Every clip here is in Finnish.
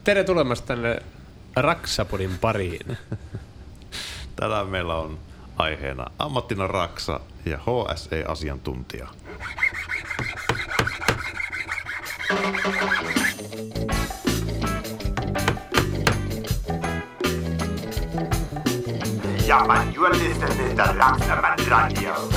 Tere tulemasta tänne Raksapodin pariin. Tänään meillä on aiheena ammattina Raksa ja HSE-asiantuntija. Ja man, you are listening to Raksaman Radio.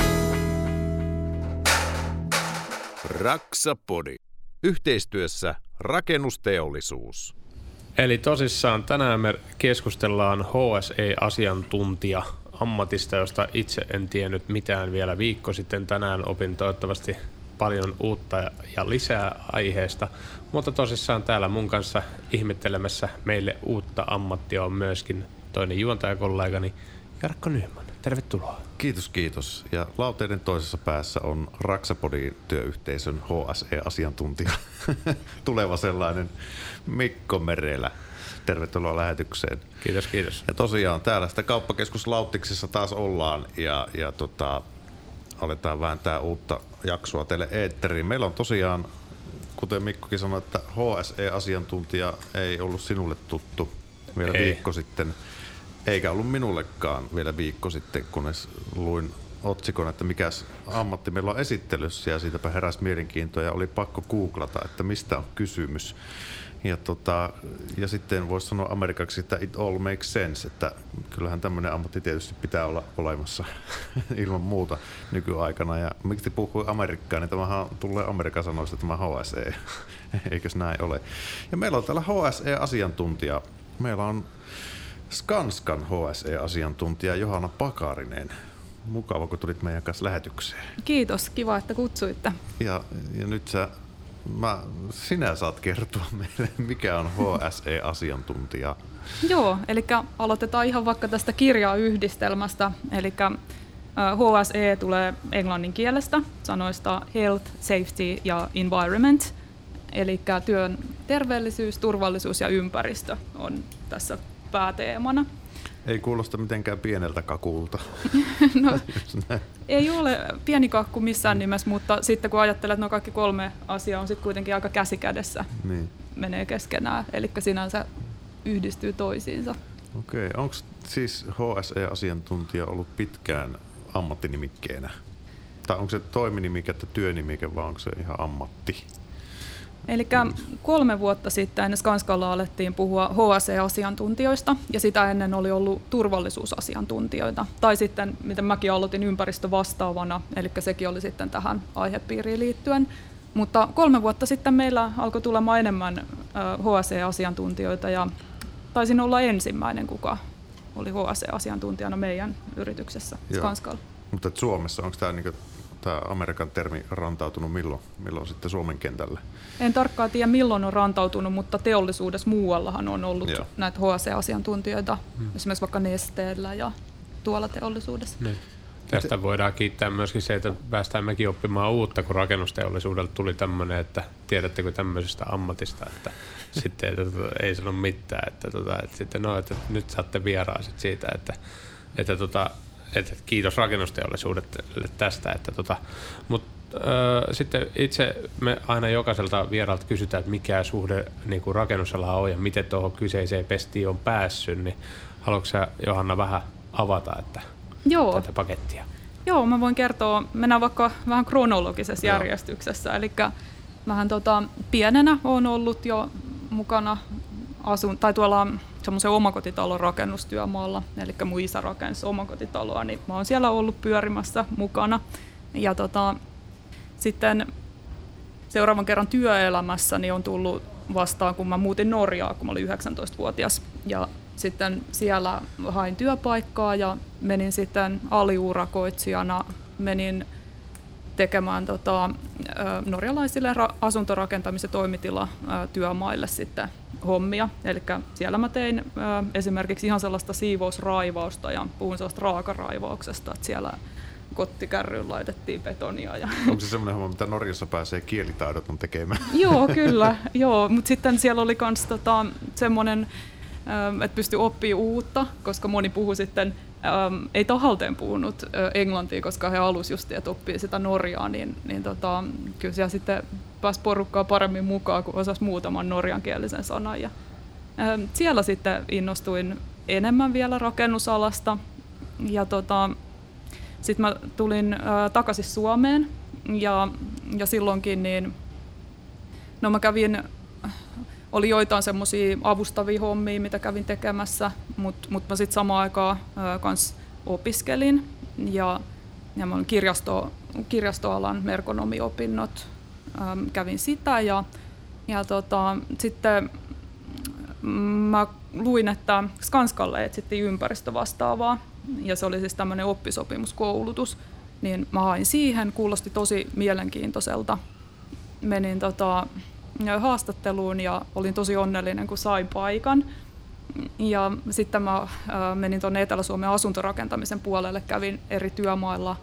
Raksapodi. Yhteistyössä rakennusteollisuus. Eli tosissaan tänään me keskustellaan HSE-asiantuntija ammatista, josta itse en tiennyt mitään vielä viikko sitten. Tänään opin toivottavasti paljon uutta ja lisää aiheesta, mutta tosissaan täällä mun kanssa ihmettelemässä meille uutta ammattia on myöskin toinen juontajakollegani Jarkko Nyman. Tervetuloa. Kiitos. Ja lauteiden toisessa päässä on Raksapodin työyhteisön HSE-asiantuntija, tuleva sellainen Mikko Merelä. Tervetuloa lähetykseen. Kiitos. Ja tosiaan täällä sitä kauppakeskus Lauttiksessa taas ollaan ja aletaan vääntää uutta jaksoa teille eetteriin. Meillä on tosiaan, kuten Mikkokin sanoi, että HSE-asiantuntija ei ollut sinulle tuttu vielä viikko sitten. Eikä ollut minullekaan vielä viikko sitten, kunnes luin otsikon, että mikäs ammatti meillä on esittelyssä, ja siitäpä heräsi mielenkiintoa ja oli pakko googlata, että mistä on kysymys. Ja sitten voisi sanoa amerikaksi, että it all makes sense, että kyllähän tämmöinen ammatti tietysti pitää olla olemassa ilman muuta nykyaikana. Ja miksi puhuu amerikkaa, niin tämähän tulee Amerikan sanoista tämä HSE, eikös näin ole. Ja meillä on täällä HSE-asiantuntija. Meillä on Skanskan HSE-asiantuntija Johanna Pakarinen. Mukava, kun tulit meidän kanssa lähetykseen. Kiitos, kiva, että kutsuitte. Ja nyt sinä saat kertoa meille, mikä on HSE-asiantuntija. Joo, eli aloitetaan ihan vaikka tästä kirjayhdistelmästä. Eli HSE tulee englannin kielestä, sanoista health, safety ja environment. Eli työn terveellisyys, turvallisuus ja ympäristö on tässä pääteemana. Ei kuulosta mitenkään pieneltä kakulta. No, ei ole pieni kakku missään nimessä, mutta sitten kun ajattelet, että no kaikki kolme asiaa on sitten kuitenkin aika käsikädessä, niin menee keskenään, eli sinänsä yhdistyy toisiinsa. Okei, onko siis HSE-asiantuntija ollut pitkään ammattinimikkeenä? Tai onko se toiminimike että työnimike vai onko se ihan ammatti? Eli 3 vuotta sitten Skanskalla alettiin puhua HSE-asiantuntijoista ja sitä ennen oli ollut turvallisuusasiantuntijoita. Tai sitten, miten mäkin aloitin ympäristövastaavana, eli sekin oli sitten tähän aihepiiriin liittyen. Mutta 3 vuotta sitten meillä alkoi tulemaan enemmän HSE-asiantuntijoita ja taisin olla ensimmäinen, kuka oli HSE-asiantuntijana meidän yrityksessä Skanskalla. Mutta Suomessa onko tämä Amerikan termi rantautunut milloin sitten Suomen kentälle? En tarkkaan tiedä milloin on rantautunut, mutta teollisuudessa muuallahan on ollut näitä HSE-asiantuntijoita, esimerkiksi vaikka Nesteellä ja tuolla teollisuudessa. Niin. Tästä voidaan kiittää myöskin se, että päästään mekin oppimaan uutta, kun rakennusteollisuudelta tuli tämmöinen, että tiedättekö tämmöisestä ammatista, että sitten ei sano mitään, että sitten että nyt saatte vieraiset siitä, että kiitos rakennusteollisuudelle tästä. Mutta sitten itse me aina jokaiselta vieraalta kysytään, että mikä suhde niin kuin rakennusalalla on ja miten tuohon kyseiseen pestiin on päässyt. Niin haluatko sä, Johanna, vähän avata tätä pakettia? Joo, mä voin kertoa. Mennään vaikka vähän kronologisessa järjestyksessä. Eli vähän pienenä olen ollut jo mukana tuolla semmoisen omakotitalon rakennustyömaalla, eli mun isä rakensi omakotitaloa, niin mä oon siellä ollut pyörimässä mukana. Ja sitten seuraavan kerran työelämässä niin on tullut vastaan, kun mä muutin Norjaan, kun mä olin 19-vuotias. Ja sitten siellä hain työpaikkaa ja menin sitten aliurakoitsijana, menin tekemään norjalaisille asuntorakentamisen toimitilatyömaille sitten hommia. Eli siellä mä tein esimerkiksi ihan sellaista siivousraivausta ja puhun sellaista raakaraivauksesta, että siellä kottikärryyn laitettiin betonia. Onko se semmoinen homma, mitä Norjassa pääsee kielitaidoton tekemään? Joo, kyllä. Mutta sitten siellä oli myös semmoinen, että pystyi oppimaan uutta, koska moni puhui sitten, ei tahalteen puhunut englantia, koska he alusi just, että oppii sitä norjaa, niin kyllä siellä sitten pääsi porukkaa paremmin mukaan, kun osasi muutaman norjankielisen sanan. Ja Siellä sitten innostuin enemmän vielä rakennusalasta ja sitten mä tulin takaisin Suomeen ja silloinkin niin, no mä oli joitain semmoisia avustavia hommia, mitä kävin tekemässä, mutta mä sitten samaan aikaan kans opiskelin ja mä olin kirjastoalan merkonomiopinnot, kävin sitä ja sitten mä luin, että Skanskalle etsittiin ympäristövastaavaa ja se oli siis tämmöinen oppisopimuskoulutus, niin mä hain siihen, kuulosti tosi mielenkiintoiselta. Menin haastatteluun ja olin tosi onnellinen, kun sain paikan. Ja sitten mä menin tuonne Etelä-Suomen asuntorakentamisen puolelle, kävin eri työmailla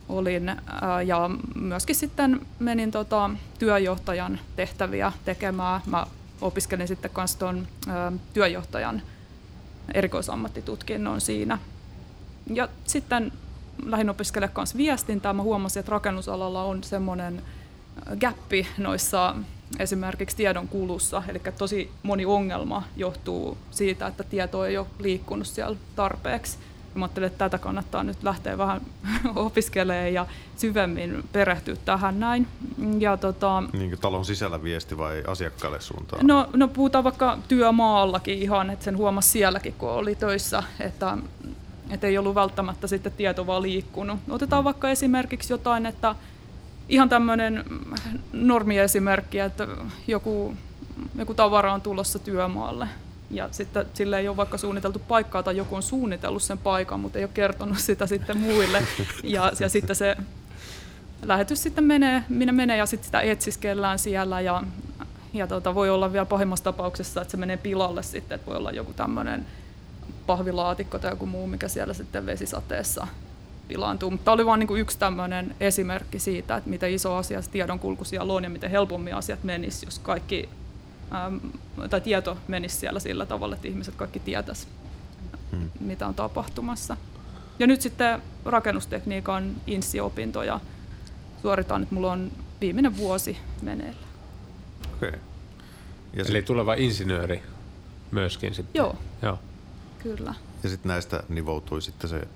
ja myöskin sitten menin työjohtajan tehtäviä tekemään. Mä opiskelin sitten myös tuon työjohtajan erikoisammattitutkinnon siinä. Ja sitten lähdin opiskelemaan myös viestintää. Mä huomasin, että rakennusalalla on semmoinen gäppi noissa esimerkiksi tiedon kulussa, eli tosi moni ongelma johtuu siitä, että tieto ei ole liikkunut siellä tarpeeksi. Mä ajattelin, että tätä kannattaa nyt lähteä vähän opiskelemaan ja syvemmin perehtyä tähän näin. Ja niin kuin talon sisällä viesti vai asiakkaille suuntaan? No puhutaan vaikka työmaallakin ihan, että sen huomasi sielläkin, kun oli töissä, että ei ollut välttämättä sitten tieto vaan liikkunut. Otetaan vaikka esimerkiksi jotain, että ihan tämmöinen normiesimerkki, että joku tavara on tulossa työmaalle ja sitten sille ei ole vaikka suunniteltu paikkaa tai joku on suunnitellut sen paikan, mutta ei ole kertonut sitä sitten muille ja sitten se lähetys sitten menee ja sitten sitä etsiskellään siellä ja voi olla vielä pahimmassa tapauksessa, että se menee pilalle sitten, että voi olla joku tämmöinen pahvilaatikko tai joku muu, mikä siellä sitten vesisateessa pilaantuu. Mutta tämä oli vain yksi tämmöinen esimerkki siitä, että miten iso asia tiedonkulku siellä on ja miten helpommin asiat menisivät, jos kaikki tai tieto menisi siellä sillä tavalla, että ihmiset kaikki tietäisi, mitä on tapahtumassa. Ja nyt sitten rakennustekniikan insi-opintoja suoritaan, että mulla on viimeinen vuosi meneillä. Okei. Eli tuleva insinööri myöskin sitten? Joo. Kyllä. Ja sitten näistä nivoutui sitten se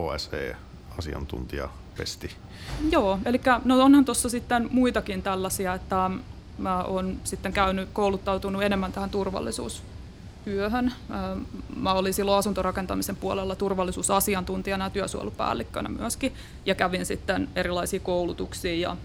HSE-asiantuntijapesti. Joo, eli onhan tuossa sitten muitakin tällaisia, että mä oon sitten kouluttautunut enemmän tähän turvallisuustyöhön. Mä olin silloin asuntorakentamisen puolella turvallisuusasiantuntijana ja työsuojelupäällikkönä myöskin, ja kävin sitten erilaisia koulutuksia. Ja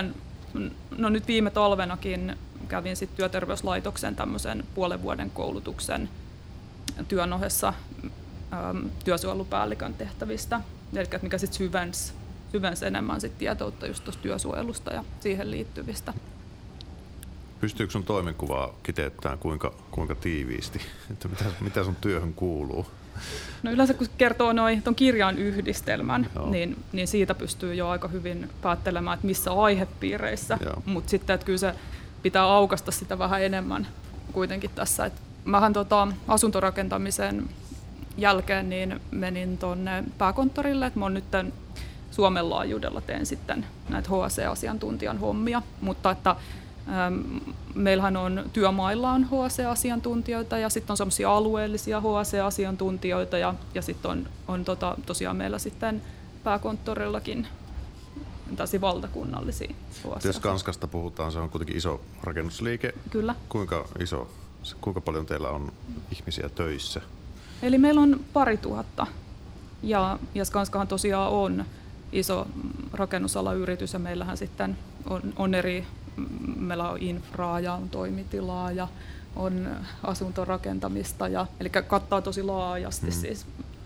nyt viime talvenakin kävin sitten Työterveyslaitoksen tämmöisen puolen vuoden koulutuksen työn ohessa työsuojelupäällikön tehtävistä, eli mikä sitten syvensi enemmän sit tietoutta just tuosta työsuojelusta ja siihen liittyvistä. Pystyykö sun toimenkuvaa kiteyttämään kuinka tiiviisti, että mitä sun työhön kuuluu? No yleensä kun kertoo ton kirjan yhdistelmän, niin siitä pystyy jo aika hyvin päättelemään, että missä aihepiireissä, mutta sitten että kyllä se pitää aukaista sitä vähän enemmän kuitenkin tässä. Et mähän asuntorakentamisen jälkeen niin menin tuonne pääkonttorille, että mä oon nyt Suomen laajuudella teen sitten näitä HSE-asiantuntijan hommia, mutta että meillähän on työmailla on HSE-asiantuntijoita ja sitten on semmoisia alueellisia HSE-asiantuntijoita ja sitten on tosiaan meillä sitten pääkonttorillakin tällaisia valtakunnallisia HSE-asiantuntijoita. Jos Skanskasta puhutaan, se on kuitenkin iso rakennusliike. Kyllä. Kuinka paljon teillä on ihmisiä töissä? Eli meillä on 2000 ja Skanskahan tosiaan on iso rakennusalayritys ja meillähän sitten on meillä on infraa ja on toimitilaa ja on asuntorakentamista, eli kattaa tosi laajasti siis.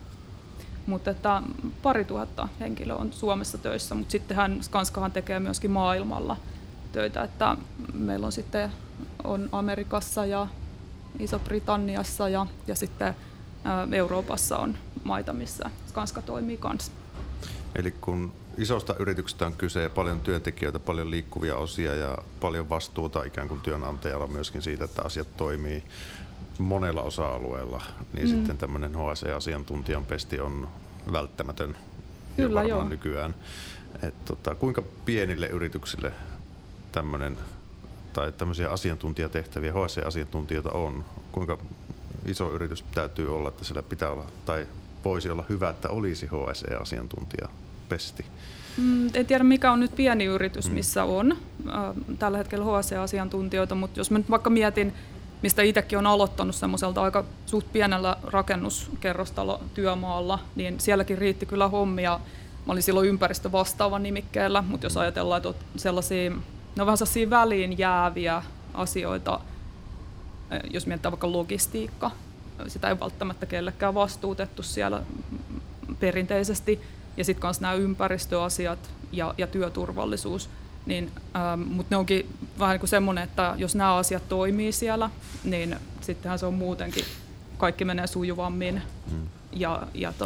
Mutta että 2000 henkilöä on Suomessa töissä, mutta sittenhän Skanskahan tekee myöskin maailmalla töitä, että meillä on sitten on Amerikassa ja Iso-Britanniassa ja sitten Euroopassa on maita, missä Skanska toimii kanssa. Eli kun isosta yrityksestä on kyse, paljon työntekijöitä, paljon liikkuvia osia ja paljon vastuuta ikään kuin työnantajalla myöskin siitä, että asiat toimii monella osa-alueella, niin sitten tämmöinen HSE-asiantuntijan pesti on välttämätön. Kyllä, varmaan nykyään. Kuinka pienille yrityksille tämmöisiä asiantuntijatehtäviä, HSE-asiantuntijoita on? iso yritys täytyy olla, että sillä pitää olla, tai voisi olla hyvä, että olisi HSE-asiantuntija pesti? En tiedä, mikä on nyt pieni yritys, missä on tällä hetkellä HSE-asiantuntijoita, mutta jos mä nyt vaikka mietin, mistä itsekin on aloittanut semmoiselta aika suht pienellä rakennuskerrostalotyömaalla, niin sielläkin riitti kyllä hommia. Mä olin silloin ympäristövastaavan nimikkeellä, mutta jos ajatellaan, että on sellaisia, ne on vähän sellaisia väliin jääviä asioita, jos mietitään vaikka logistiikka, sitä ei välttämättä kellekään vastuutettu siellä perinteisesti, ja sitten myös nämä ympäristöasiat ja työturvallisuus, niin, mutta ne onkin vähän niin kuin semmoinen, että jos nämä asiat toimii siellä, niin sittenhän se on muutenkin, kaikki menee sujuvammin, ja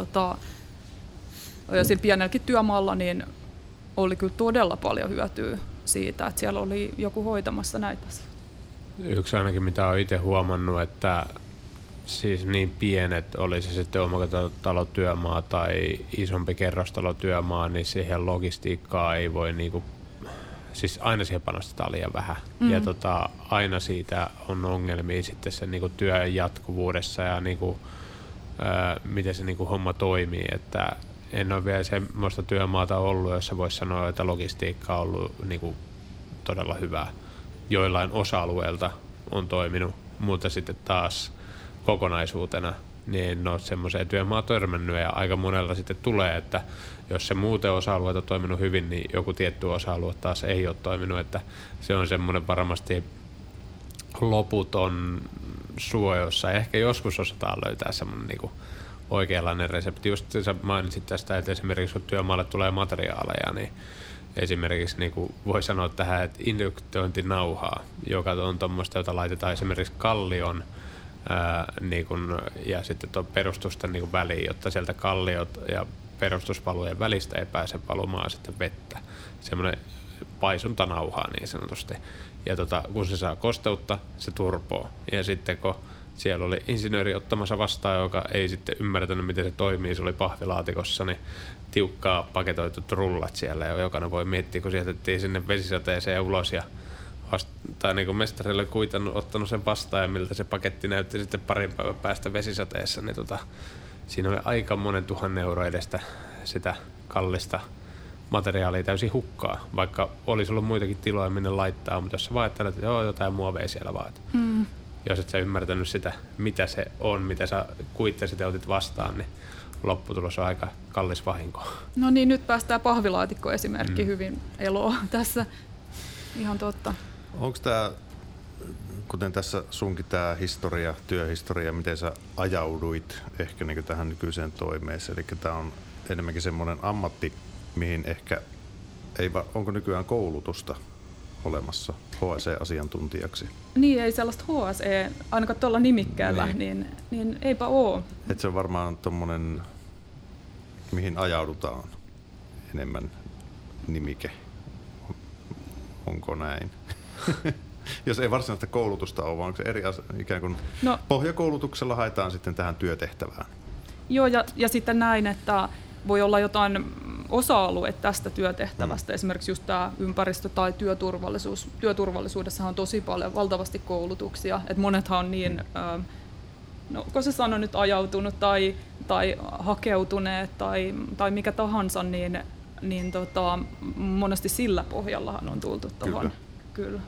sillä pienelläkin työmaalla niin oli kyllä todella paljon hyötyä siitä, että siellä oli joku hoitamassa näitä asioita. Yksi ainakin, mitä olen itse huomannut, että siis niin pienet, oli se sitten omakotitalotyömaa tai isompi kerrostalotyömaa, niin siihen logistiikkaan ei voi niinku, siis aina siihen panostetaan liian vähän. Ja aina siitä on ongelmia sitten sen niinku työn jatkuvuudessa ja niinku, miten se niinku homma toimii, että en ole vielä semmoista työmaata ollut, jossa voisi sanoa, että logistiikka on ollut niinku todella hyvää. Joillain osa-alueelta on toiminut, mutta sitten taas kokonaisuutena niin en ole semmoiseen työmaan törmännyt ja aika monella sitten tulee, että jos se muuten osa-alueet on toiminut hyvin, niin joku tietty osa-alue taas ei ole toiminut, että se on semmoinen varmasti loputon suo, jossa ehkä joskus osataan löytää semmoinen niinku oikeanlainen resepti. Just sä mainitsit tästä, että esimerkiksi kun työmaalle tulee materiaaleja, niin esimerkiksi niin kuin voi sanoa tähän, että induktointinauhaa, joka on tuommoista, jota laitetaan esimerkiksi kallion niin kuin, ja sitten tuon perustusten niin kuin väliin, jotta sieltä kalliot ja perustuspalujen välistä ei pääse valumaan sitten vettä. Semmoinen paisuntanauhaa niin sanotusti. Ja kun se saa kosteutta, se turpoo. Ja sitten kun siellä oli insinööri ottamassa vastaan, joka ei sitten ymmärtänyt, miten se toimii. Se oli pahvilaatikossa, niin tiukkaa paketoitut rullat siellä. Ja jokainen voi miettiä, kun sijoitettiin sinne vesisateeseen ulos. Ja tai niin kuin mestarille kuitannut, ottanut sen vastaan ja miltä se paketti näytti sitten parin päivän päästä vesisateessa. Niin siinä oli aika monen 1 000 € edestä sitä kallista materiaalia täysin hukkaa. Vaikka olisi ollut muitakin tiloja, minne laittaa. Mutta jos sä ajattelet, että joo, jotain muovea siellä vaan. Jos et sä ymmärtänyt sitä, mitä se on, mitä sä kuittasit ja otit vastaan, niin lopputulos on aika kallis vahinko. No niin, nyt päästään pahvilaatikko-esimerkki hyvin eloon tässä. Ihan totta. Onko tämä, kuten tässä sunkin tämä historia, työhistoria, miten sä ajauduit ehkä niin tähän nykyiseen toimeeseen? Eli tämä on enemmänkin semmoinen ammatti, mihin ehkä, onko nykyään koulutusta olemassa HSE-asiantuntijaksi? Niin, ei sellaista HSE, ainakaan tuolla nimikkeellä, niin eipä ole. Et se on varmaan tommonen, mihin ajaudutaan enemmän nimike. Onko näin? Jos ei varsinaista koulutusta ole, vaan onko se eri ikään kuin pohjakoulutuksella haetaan sitten tähän työtehtävään? Joo, ja sitten näin, että voi olla jotain osa-alueet tästä työtehtävästä, esimerkiksi just tämä ympäristö- tai työturvallisuus. Työturvallisuudessahan on tosi paljon, valtavasti koulutuksia, että monethan on niin, kun se sano nyt ajautunut tai hakeutuneet tai mikä tahansa, niin monesti sillä pohjallahan on tultu tuohon. Kyllä.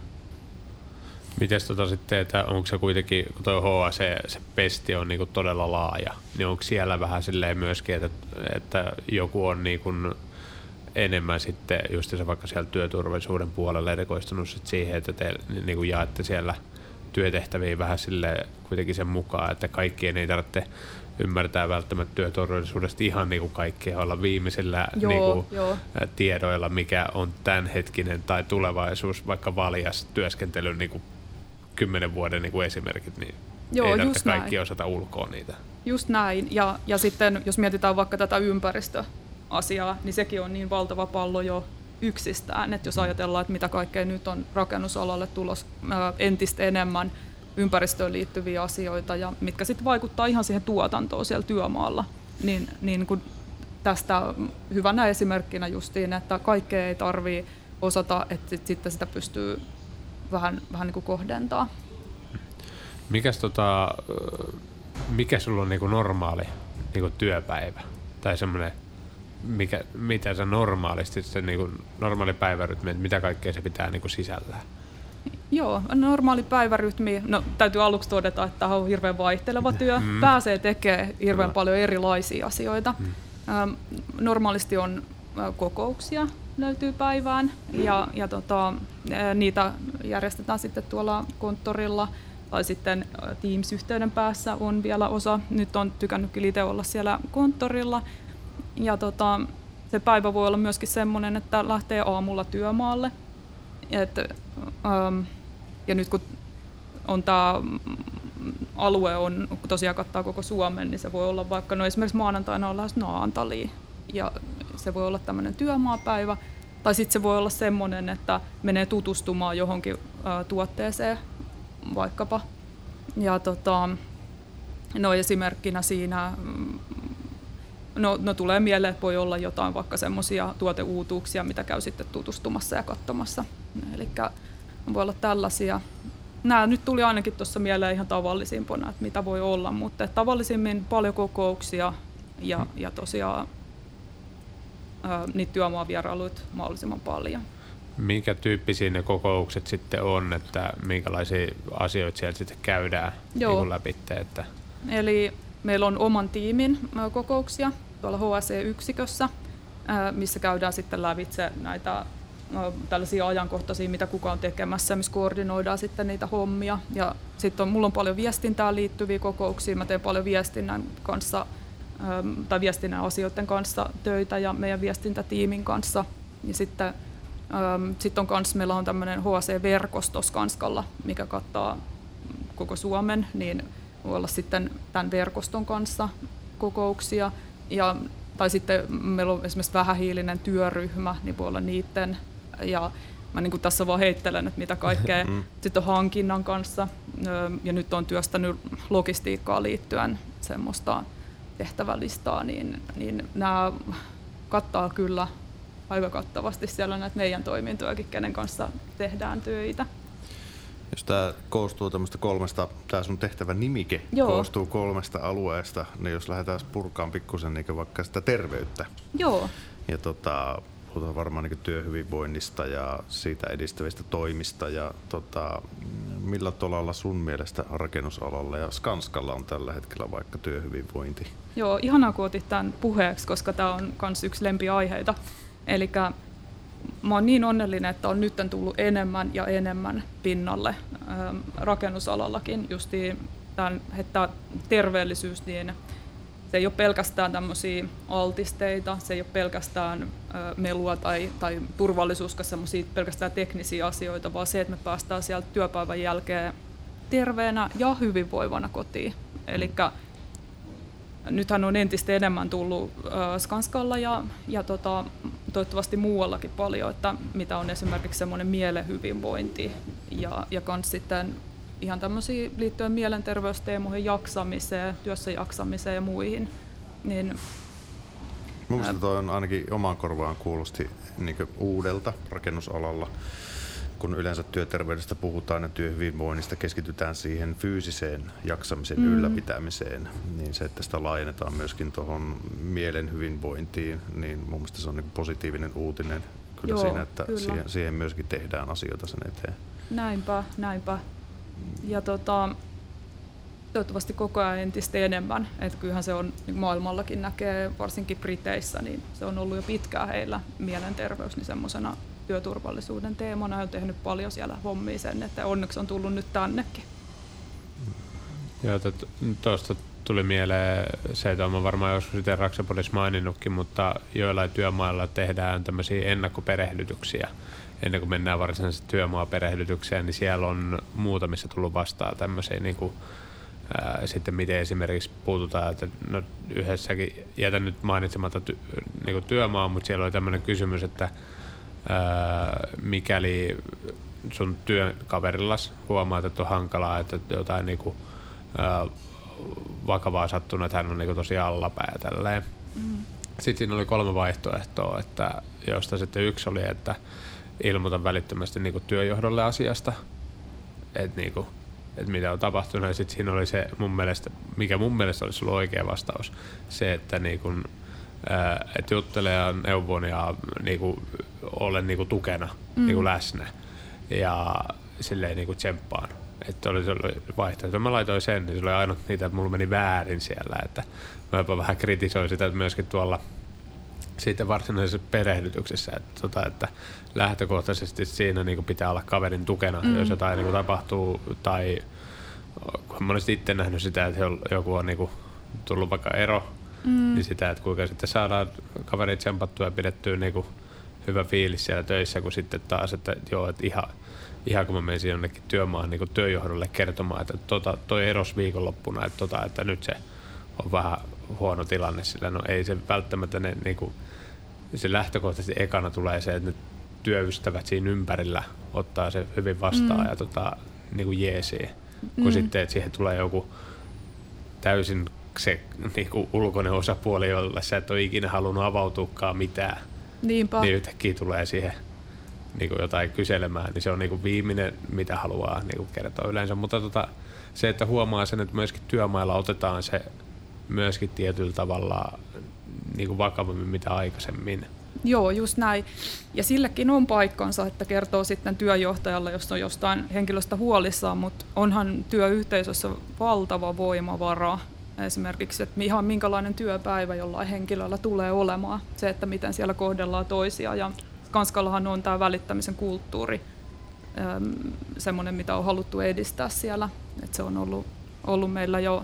Mites sitten, että onko se kuitenkin, kun tuo HSE, se pesti on niinku todella laaja, niin onko siellä vähän silleen myöskin, että joku on niinku enemmän sitten just se vaikka siellä työturvallisuuden puolella erikoistunut sit siihen, että te niinku jaatte siellä työtehtäviä vähän silleen kuitenkin sen mukaan, että kaikkien ei tarvitse ymmärtää välttämättä työturvallisuudesta ihan niin kuin kaikkea olla viimeisillä tiedoilla, mikä on tämänhetkinen tai tulevaisuus, vaikka valjas työskentelyn niin kuin 10 vuoden niin kuin esimerkit, niin ei tarvitse kaikki osata ulkoa niitä. Just näin. Ja sitten jos mietitään vaikka tätä ympäristöasiaa, niin sekin on niin valtava pallo jo yksistään, että jos ajatellaan, että mitä kaikkea nyt on rakennusalalle tulos entistä enemmän ympäristöön liittyviä asioita ja mitkä sitten vaikuttaa ihan siihen tuotantoon siellä työmaalla, niin kun tästä hyvänä esimerkkinä justiin, että kaikkea ei tarvitse osata, että sitten sitä pystyy vähän niin kuin kohdentaa. Mikäs mikä sulla on niinku normaali niinku työpäivä? Tai semmoinen, mitä sä normaalisti, se niinku normaali päivärytmi, mitä kaikkea se pitää niinku sisällään? Joo, normaali päivärytmi. No, täytyy aluksi todeta, että tämä on hirveän vaihteleva työ. Pääsee tekemään hirveän paljon erilaisia asioita. Normaalisti on kokouksia löytyy päivään ja niitä järjestetään sitten tuolla konttorilla tai sitten Teams-yhteyden päässä on vielä osa. Nyt on tykännyt kyllä itse olla siellä konttorilla ja se päivä voi olla myöskin semmoinen, että lähtee aamulla työmaalle. Ja nyt kun on tämä alue on tosiaan kattaa koko Suomen, niin se voi olla vaikka, no esimerkiksi maanantaina on lähes Naantaliin ja se voi olla tämmöinen työmaapäivä. Tai sitten se voi olla semmoinen, että menee tutustumaan johonkin tuotteeseen vaikkapa. Ja no esimerkkinä siinä, no tulee mieleen, että voi olla jotain vaikka semmoisia tuoteuutuuksia, mitä käy sitten tutustumassa ja katsomassa. Eli voi olla tällaisia. Nämä nyt tuli ainakin tuossa mieleen ihan tavallisimpana, että mitä voi olla, mutta tavallisimmin paljon kokouksia ja tosiaan niitä työmaavierailuita mahdollisimman paljon. Minkä tyyppisiä ne kokoukset sitten on, että minkälaisia asioita siellä sitten käydään niin läpi? Että... Eli meillä on oman tiimin kokouksia tuolla HSE-yksikössä, missä käydään sitten lävitse näitä tällaisia ajankohtaisia, mitä kuka on tekemässä, missä koordinoidaan sitten niitä hommia. Ja sitten mulla on paljon viestintään liittyviä kokouksia, mä teen paljon viestinnän kanssa tai viestinnän asioiden kanssa töitä ja meidän viestintätiimin kanssa. Ja sitten on kans, meillä on tämmöinen HSE-verkosto Skanskalla, mikä kattaa koko Suomen, niin voi olla sitten tämän verkoston kanssa kokouksia. Tai sitten meillä on esimerkiksi vähähiilinen työryhmä, niin voi olla niiden. Ja mä niin kuin tässä vaan heittelen, että mitä kaikkea. Sitten on hankinnan kanssa ja nyt on työstänyt logistiikkaan liittyen semmoista tehtävälistaa, niin nämä kattaa kyllä aika kattavasti siellä näitä meidän toimintojakin, kenen kanssa tehdään töitä. Jos tämä koostuu tämmöistä tämä sun tehtävän nimike koostuu 3 alueesta, niin jos lähdetään purkaan pikkusen niin vaikka sitä terveyttä. Joo. Ja puhutaan varmaan niin työhyvinvoinnista ja siitä edistävistä toimista. Ja millä tolalla sun mielestä rakennusalalla ja Skanskalla on tällä hetkellä vaikka työhyvinvointi? Joo, ihanaa kun otit tämän puheeksi, koska tämä on myös yksi lempiaiheita. Elikkä mä oon niin onnellinen, että on nyt tullut enemmän ja enemmän pinnalle rakennusalallakin. Justiin että terveellisyys, niin se ei ole pelkästään tämmöisiä altisteita, se ei ole pelkästään melua tai turvallisuus, semmoisia pelkästään teknisiä asioita, vaan se, että me päästään sieltä työpäivän jälkeen terveenä ja hyvinvoivana kotiin. Elikkä nythän on entistä enemmän tullut Skanskalla ja toivottavasti muuallakin paljon, että mitä on esimerkiksi semmoinen mielen hyvinvointi ja kans sitten ihan tämmöisiä liittyen mielenterveysteemoihin, jaksamiseen, työssä jaksamiseen ja muihin. Niin, mielestäni toi on ainakin omaan korvaan kuulosti niin uudelta rakennusalalla. Kun yleensä työterveydestä puhutaan ja työhyvinvoinnista keskitytään siihen fyysiseen jaksamisen ylläpitämiseen, niin se, että sitä laajennetaan myöskin tuohon mielen hyvinvointiin, niin mun mielestä se on niin positiivinen uutinen kyllä siinä, että siihen myöskin tehdään asioita sen eteen. Näinpä. Ja toivottavasti koko ajan entistä enemmän, että kyllähän se on niin maailmallakin näkee, varsinkin Briteissä, niin se on ollut jo pitkään heillä mielenterveys niin semmoisena työturvallisuuden teemana ja on tehnyt paljon siellä hommia sen, että onneksi on tullut nyt tännekin. Joo, tuosta tuli mieleen se, että olen varmaan joskus itse Raksapodissa maininnutkin, mutta joillain työmailla tehdään tämmöisiä ennakkoperehdytyksiä. Ennen kuin mennään varsinaisesti työmaaperehdytykseen, niin siellä on muutamissa tullut vastaan tämmöisiä niin kuin, sitten miten esimerkiksi puututaan, että no yhdessäkin jätän nyt mainitsematta niin kuin työmaa, mutta siellä oli tämmöinen kysymys, että mikäli sun työkaverillas huomaat, että on hankalaa, että jotain niin kuin, vakavaa sattunut, että hän on niin kuin tosi allapäin ja tälleen. Sitten siinä oli 3 vaihtoehtoa, että josta sitten yksi oli, että ilmoitan välittömästi niin kuin työjohdolle asiasta, että niin kuin, että mitä on tapahtunut, ja sitten siinä oli se mikä mun mielestä olisi ollut oikea vastaus, se, että niin kun, että juttelee ja neuvon ja niinku, olen niinku tukena niinku läsnä ja silleen niinku tsemppaan. Että oli vaihtoehto. Mä laitoin sen, niin se oli ainut niitä, että mulla meni väärin siellä. Että mä jopa vähän kritisoin sitä myöskin tuolla siitä varsinaisessa perehdytyksessä, että lähtökohtaisesti siinä niinku pitää olla kaverin tukena, jos jotain niinku tapahtuu. Tai monesti itse nähnyt sitä, että joku on niinku tullut vaikka ero, niin sitä, että kuinka sitten saadaan kaverit tsempattua ja pidettyä niinku hyvä fiilis siellä töissä, kun sitten taas, että joo, että ihan kun mä menisin jonnekin työmaahan niin työjohdolle kertomaan, että toi eros viikonloppuna, että nyt se on vähän huono tilanne, sillä no ei se välttämättä niinku, se lähtökohtaisesti ekana tulee se, että ne työystävät siinä ympärillä ottaa se hyvin vastaan ja niinku jeesiin, kun sitten, että siihen tulee joku täysin se niinku ulkoinen osapuoli, jolle sä et ole ikinä halunnut avautuakaan mitään. Niinpä. Niin yhtäkkiä tulee siihen niinku jotain kyselemään, niin se on niinku viimeinen, mitä haluaa niinku kertoa yleensä. Mutta se, että huomaa sen, että myöskin työmailla otetaan se myöskin tietyllä tavalla niinku vakavammin mitä aikaisemmin. Joo, just näin. Ja sillekin on paikkansa, että kertoo sitten työjohtajalle, jos on jostain henkilöstä huolissaan, mutta onhan työyhteisössä valtava voimavara. Esimerkiksi, että ihan minkälainen työpäivä jollain henkilöllä tulee olemaan. Se, että miten siellä kohdellaan toisia. Ja Skanskallahan on tämä välittämisen kulttuuri, semmoinen, mitä on haluttu edistää siellä. Että se on ollut meillä jo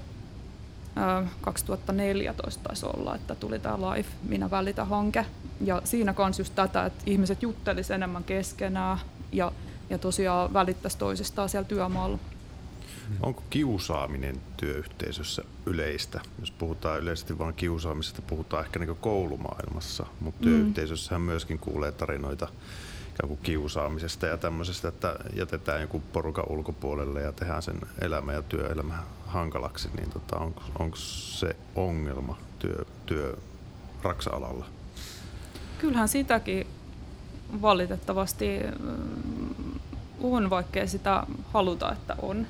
2014 taisi olla, että tuli tämä Life, Minä välitän-hanke. Ja siinä kanssa just tätä, että ihmiset juttelisivat enemmän keskenään ja tosiaan välittäisi toisistaan siellä työmaalla. Onko kiusaaminen työyhteisössä yleistä? Jos puhutaan yleisesti vain kiusaamisesta, puhutaan ehkä niin kuin koulumaailmassa, mutta työyhteisössähän myöskin kuulee tarinoita ikään kuin kiusaamisesta ja tämmöisestä, että jätetään joku porukan ulkopuolelle ja tehdään sen elämä ja työelämä hankalaksi, niin onko se ongelma raksa-alalla? Kyllähän sitäkin valitettavasti on, vaikkei sitä haluta, että on.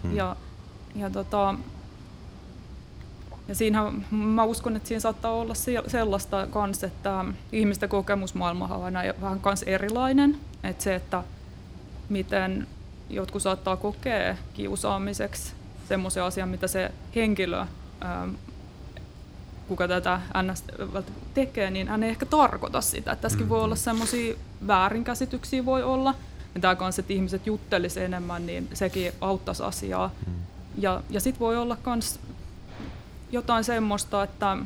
Ja siinähän, mä uskon, että siinä saattaa olla sellaista kanssa, että ihmisten kokemusmaailma on aina vähän kans erilainen. Että se, että miten jotkut saattaa kokea kiusaamiseksi semmoisen asian, mitä se henkilö, kuka tätä NS tekee, niin hän ei ehkä tarkoita sitä. Että tässäkin voi olla semmoisia väärinkäsityksiä voi olla. Ja tämä kanssa, että ihmiset juttelisivat enemmän, niin sekin auttaisi asiaa. Ja sitten voi olla myös jotain semmoista, että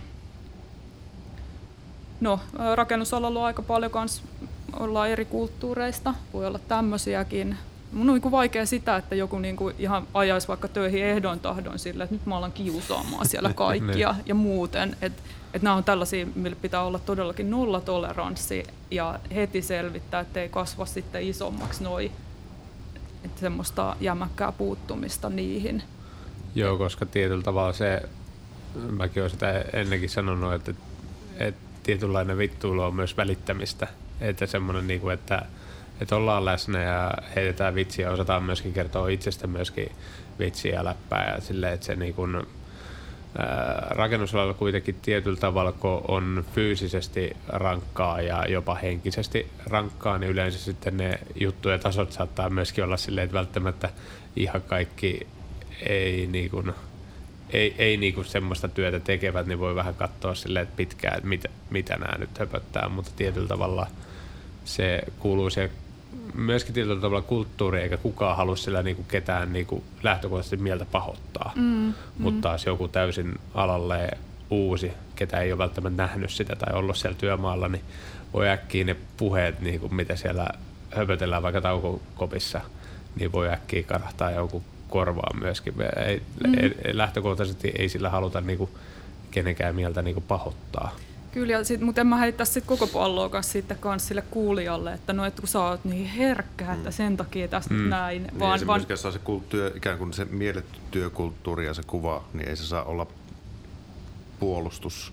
rakennusalalla on aika paljon kans, ollaan eri kulttuureista, voi olla tämmöisiäkin. Mun on niin vaikea sitä, että joku niin kuin ihan ajaisi vaikka töihin ehdoin tahdon sille, että nyt mä alan kiusaamaan siellä kaikkia ja muuten. Että nämä on tällaisia, millä pitää olla todellakin nollatoleranssi ja heti selvittää, ettei kasva sitten isommaksi että semmoista jämäkkää puuttumista niihin. Joo, koska tietyllä tavalla se, mäkin olen sitä ennenkin sanonut, että tietynlainen vittuilu on myös välittämistä. Että semmoinen, niin kuin, että ollaan läsnä ja heitetään vitsiä ja osataan myöskin kertoa itsestä myöskin vitsiä ja läppää. Ja silleen, että se niin kuin, rakennusalalla kuitenkin tietyllä tavalla, kun on fyysisesti rankkaa ja jopa henkisesti rankkaa, niin yleensä sitten ne juttujen tasot saattaa myöskin olla silleen, että välttämättä ihan kaikki ei niin kuin semmoista työtä tekevät, niin voi vähän katsoa silleen, että pitkään, että mitä nämä nyt höpöttää, mutta tietyllä tavalla se kuuluu se myöskin tietyllä tavalla kulttuuri, eikä kukaan halua sillä niinku ketään niinku lähtökohtaisesti mieltä pahoittaa. Mutta taas joku täysin alalle uusi, ketä ei ole välttämättä nähnyt sitä tai ollut siellä työmaalla, niin voi äkkiä ne puheet, niinku, mitä siellä höpötellään vaikka taukokopissa, niin voi äkkiä karahtaa joku korvaan myöskin. Lähtökohtaisesti ei sillä haluta niinku kenenkään mieltä niinku pahoittaa. Kyllä, mutta en mä heittäisi sit koko palloa kanssa sille kuulijalle, että no, että kun sä oot niin herkkä, että sen takia tästä näin. Niin ei se myöskään saa se ikään kuin se mielletty työkulttuuri ja se kuva, niin ei se saa olla puolustus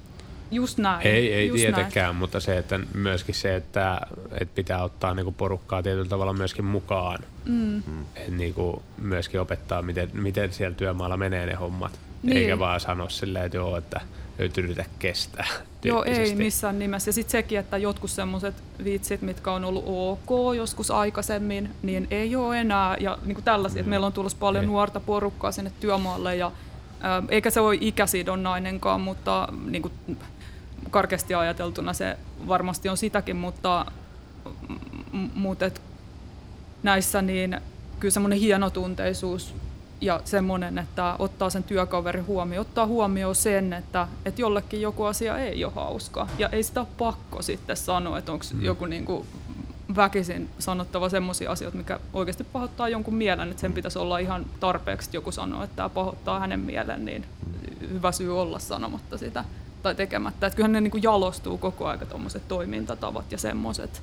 Just näin. Ei just tietenkään, näin. mutta se, että myöskin se, että pitää ottaa niinku porukkaa tietyllä tavalla myöskin mukaan. Et niinku myöskin opettaa, miten siellä työmaalla menee ne hommat. Niin. Eikä vaan sanoa silleen, että joo, että nyt yritä kestää. Joo, ei missään nimessä. Ja sitten sekin, että jotkut semmoiset vitsit, mitkä on ollut ok joskus aikaisemmin, niin ei ole enää. Ja niin kuin tällaisia, että meillä on tullut paljon nuorta porukkaa sinne työmaalle, ja eikä se ole ikäsidonnainenkaan, mutta niin kuin karkeasti ajateltuna se varmasti on sitäkin, mutta et näissä niin kyllä semmoinen hienotunteisuus ja semmoinen, että ottaa sen työkaverin huomioon, ottaa huomioon sen, että jollekin joku asia ei ole hauska. Ja ei sitä ole pakko sitten sanoa, että onko joku niin kuin väkisin sanottava semmoisia asioita, mikä oikeasti pahoittaa jonkun mielen, että sen pitäisi olla ihan tarpeeksi, että joku sanoo, että tämä pahoittaa hänen mielen, niin hyvä syy olla sanomatta sitä tai tekemättä. Että kyllähän ne niin kuin jalostuu koko ajan tuommoiset toimintatavat ja semmoiset.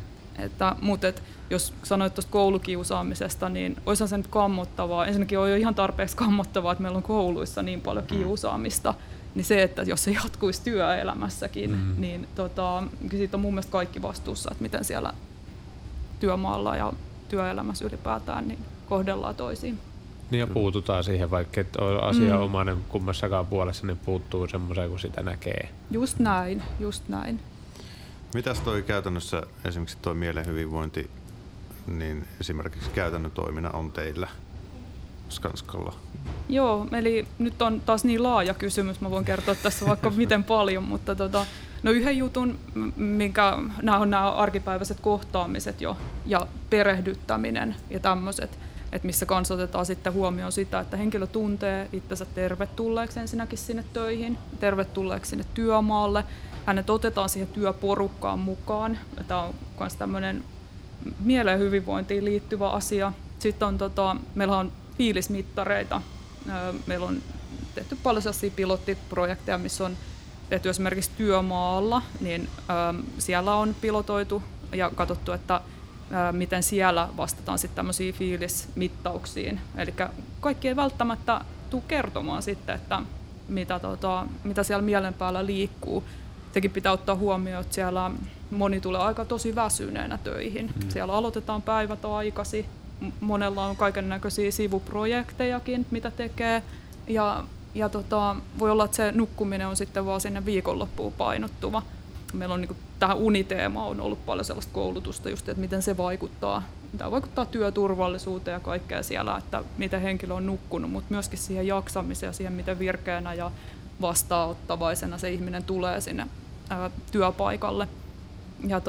Mutta jos sanoit tuosta koulukiusaamisesta, niin olisihan se nyt kammottavaa. Ensinnäkin on jo ihan tarpeeksi kammottavaa, että meillä on kouluissa niin paljon kiusaamista. Niin se, että jos se jatkuisi työelämässäkin, niin siitä on mun mielestä kaikki vastuussa, että miten siellä työmaalla ja työelämässä ylipäätään niin kohdellaan toisiin. Niin ja puututaan siihen, vaikka et ole asianomainen kummassakaan puolessa, niin puuttuu semmoiseen, kun sitä näkee. Just näin, just näin. Mitäs toi käytännössä, esimerkiksi toi mielen hyvinvointi, niin esimerkiksi käytännön toiminnan on teillä Skanskalla? Joo, eli nyt on taas niin laaja kysymys, mä voin kertoa tässä vaikka miten paljon, mutta no yhden jutun, minkä nämä arkipäiväiset kohtaamiset jo ja perehdyttäminen ja tämmöiset, että missä kanssa otetaan sitten huomioon sitä, että henkilö tuntee itsensä tervetulleeksi ensinnäkin sinne töihin, tervetulleeksi sinne työmaalle, hänet otetaan siihen työporukkaan mukaan. Tämä on myös tämmöinen mielen hyvinvointiin liittyvä asia. Sitten on, meillä on fiilismittareita. Meillä on tehty paljon sellaisia pilottiprojekteja, missä on tehty esimerkiksi työmaalla, niin siellä on pilotoitu ja katsottu, että miten siellä vastataan sitten tämmöisiin fiilismittauksiin. Eli kaikki ei välttämättä tule kertomaan sitten, että mitä siellä mielen päällä liikkuu. Sekin pitää ottaa huomioon, että siellä moni tulee aika tosi väsyneenä töihin. Siellä aloitetaan päivät aikaisin. Monella on kaikennäköisiä sivuprojektejakin, mitä tekee. Ja voi olla, että se nukkuminen on sitten vaan sinne viikonloppuun painottuva. Meillä on tähän uniteemaan on ollut paljon sellaista koulutusta, just, että miten se vaikuttaa. Tämä vaikuttaa työturvallisuuteen ja kaikkea siellä, että miten henkilö on nukkunut, mutta myöskin siihen jaksamiseen ja siihen, miten virkeänä ja vastaanottavaisena se ihminen tulee sinne työpaikalle. Ja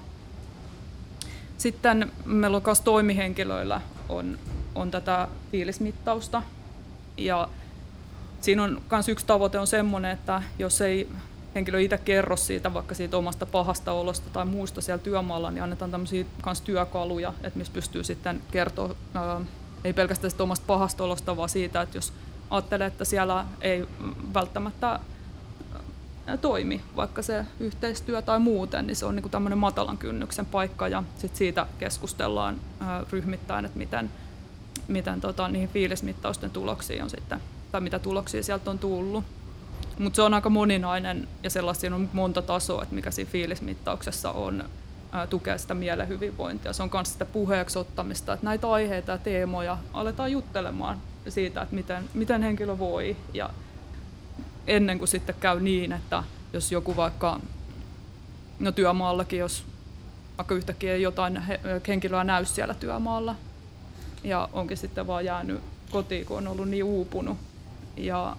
sitten meillä on myös toimihenkilöillä on tätä fiilismittausta. Ja siinä on myös yksi tavoite on semmoinen, että jos ei henkilö itse kerro siitä, vaikka siitä omasta pahasta olosta tai muusta siellä työmaalla, niin annetaan tämmöisiä myös työkaluja, että missä pystyy sitten kertoa ei pelkästään siitä omasta pahasta olosta, vaan siitä, että jos ajattelee, että siellä ei välttämättä toimi, vaikka se yhteistyö tai muuten, niin se on niin kuin tämmöinen matalan kynnyksen paikka ja sitten siitä keskustellaan ryhmittäin, että miten niihin fiilismittausten tuloksiin on sitten, tai mitä tuloksia sieltä on tullut. Mutta se on aika moninainen ja sellaisia on monta tasoa, että mikä siinä fiilismittauksessa on tukea sitä mielen hyvinvointia. Se on myös sitä puheeksi ottamista, että näitä aiheita ja teemoja aletaan juttelemaan siitä, että miten henkilö voi. Ja ennen kuin sitten käy niin, että jos joku vaikka työmaallakin, jos vaikka yhtäkkiä jotain henkilöä näy siellä työmaalla ja onkin sitten vaan jäänyt kotiin, kun on ollut niin uupunut ja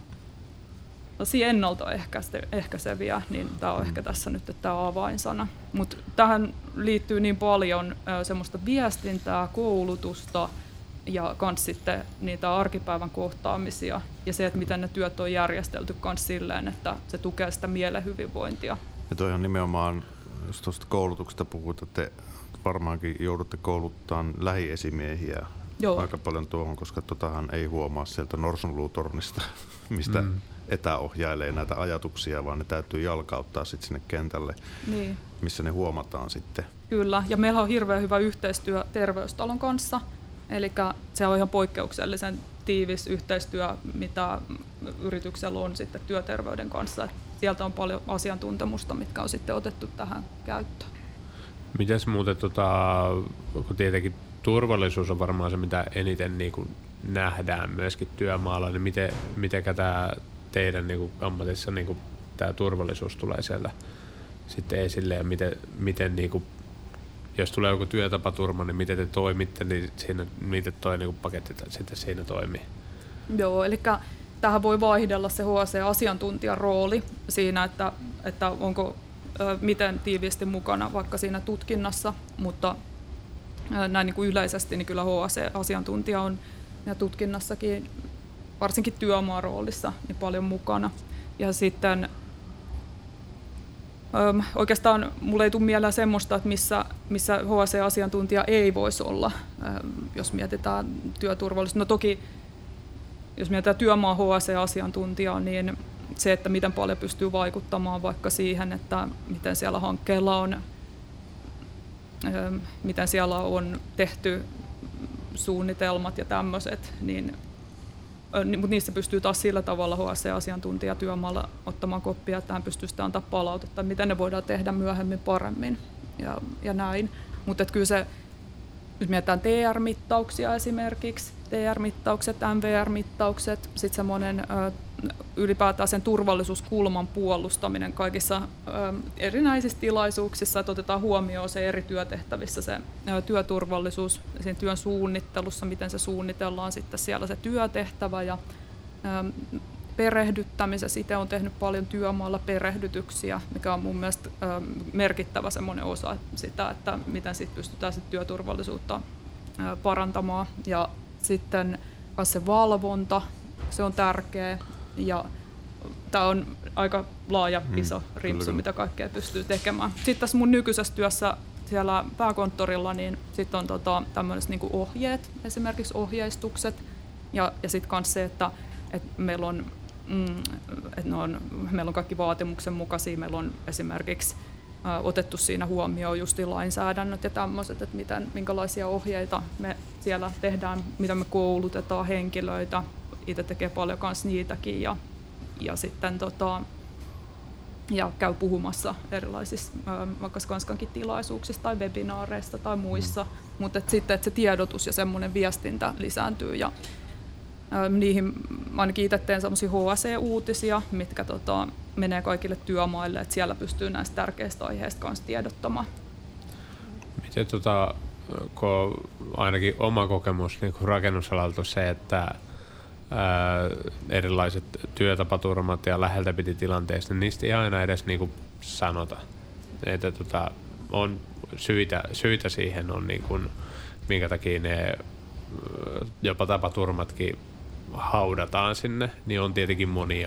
ennaltaehkäiseviä, niin tämä on ehkä tässä nyt tämä avainsana. Mutta tähän liittyy niin paljon semmoista viestintää, koulutusta ja kans sitten niitä arkipäivän kohtaamisia ja se, että miten ne työt on järjestelty kans silleen, että se tukee sitä mielen hyvinvointia. Ja toihan nimenomaan, jos tuosta koulutuksesta puhut, että te varmaankin joudutte kouluttamaan lähiesimiehiä aika paljon tuohon, koska totahan ei huomaa sieltä norsunluutornista, mistä etäohjailee näitä ajatuksia, vaan ne täytyy jalkauttaa sitten sinne kentälle, missä ne huomataan sitten. Kyllä, ja meillä on hirveän hyvä yhteistyö Terveystalon kanssa, eli se on ihan poikkeuksellisen tiivis yhteistyö, mitä yrityksellä on sitten työterveyden kanssa. Et sieltä on paljon asiantuntemusta, mitkä on sitten otettu tähän käyttöön. Mitäs muuten, kun tietenkin turvallisuus on varmaan se, mitä eniten niin kuin nähdään myöskin työmaalla, niin mitenkä tämä teidän niin kuin ammatissa niin kuin tämä turvallisuus tulee siellä sitten esille ja miten niin kuin, jos tulee joku työtapaturma, niin miten te toimitte, niin siinä, miten toi niin kuin paketti sitten siinä toimii? Joo, eli tähän voi vaihdella se HSE-asiantuntijan rooli siinä, että onko miten tiiviisti mukana vaikka siinä tutkinnassa, mutta näin niin kuin yleisesti niin kyllä HSE-asiantuntija on ja tutkinnassakin, varsinkin työmaaroolissa, niin paljon mukana. Ja sitten oikeastaan mulle ei tule mieleen semmoista, että missä HSE-asiantuntija ei voisi olla, jos mietitään työturvallisuutta. No toki, jos mietitään työmaa HSE-asiantuntijaa, niin se, että miten paljon pystyy vaikuttamaan vaikka siihen, että miten siellä hankkeella on, miten siellä on tehty suunnitelmat ja tämmöiset, mutta niissä pystyy taas sillä tavalla HSE-asiantuntija työmaalla ottamaan koppia, että hän pystyy sitä antaa palautetta, miten ne voidaan tehdä myöhemmin paremmin ja näin. Mutta kyllä se, jos mietitään TR-mittauksia esimerkiksi, TR-mittaukset, MVR-mittaukset, sitten semmoinen ylipäätään sen turvallisuuskulman puolustaminen kaikissa erinäisissä tilaisuuksissa, että otetaan huomioon se eri työtehtävissä se työturvallisuus, sen työn suunnittelussa, miten se suunnitellaan sitten siellä se työtehtävä ja perehdyttämisessä. Itse olen tehnyt paljon työmaalla perehdytyksiä, mikä on mun mielestä merkittävä semmoinen osa sitä, että miten sitten pystytään sit työturvallisuutta parantamaan. Ja sitten se valvonta, se on tärkeä ja tämä on aika laaja, iso rimpsu, mitä kaikkea pystyy tekemään. Sitten tässä mun nykyisessä työssä siellä pääkonttorilla, niin sitten on tämmöiset niinku ohjeet, esimerkiksi ohjeistukset ja sitten myös se, että meillä on meillä on kaikki vaatimuksen mukaisia, meillä on esimerkiksi otettu siinä huomioon justiin lainsäädännöt ja tämmöiset, että minkälaisia ohjeita me siellä tehdään, mitä me koulutetaan henkilöitä, itse tekee paljon myös niitäkin ja sitten ja käy puhumassa erilaisissa vaikka Skanskankin tilaisuuksissa tai webinaareissa tai muissa, mutta sitten että se tiedotus ja semmoinen viestintä lisääntyy ja niihin ainakin itse teen semmoisia HSE-uutisia, mitkä menee kaikille työmaille, että siellä pystyy näistä tärkeistä aiheista kanssa tiedottamaan. Miten kun ainakin oma kokemus niin rakennusalalta on se, että erilaiset työtapaturmat ja läheltä piti tilanteista, niin niistä ei aina edes niin kuin sanota. Että on syitä siihen on niin kuin, minkä takia ne jopa tapaturmatkin haudataan sinne, niin on tietenkin monia.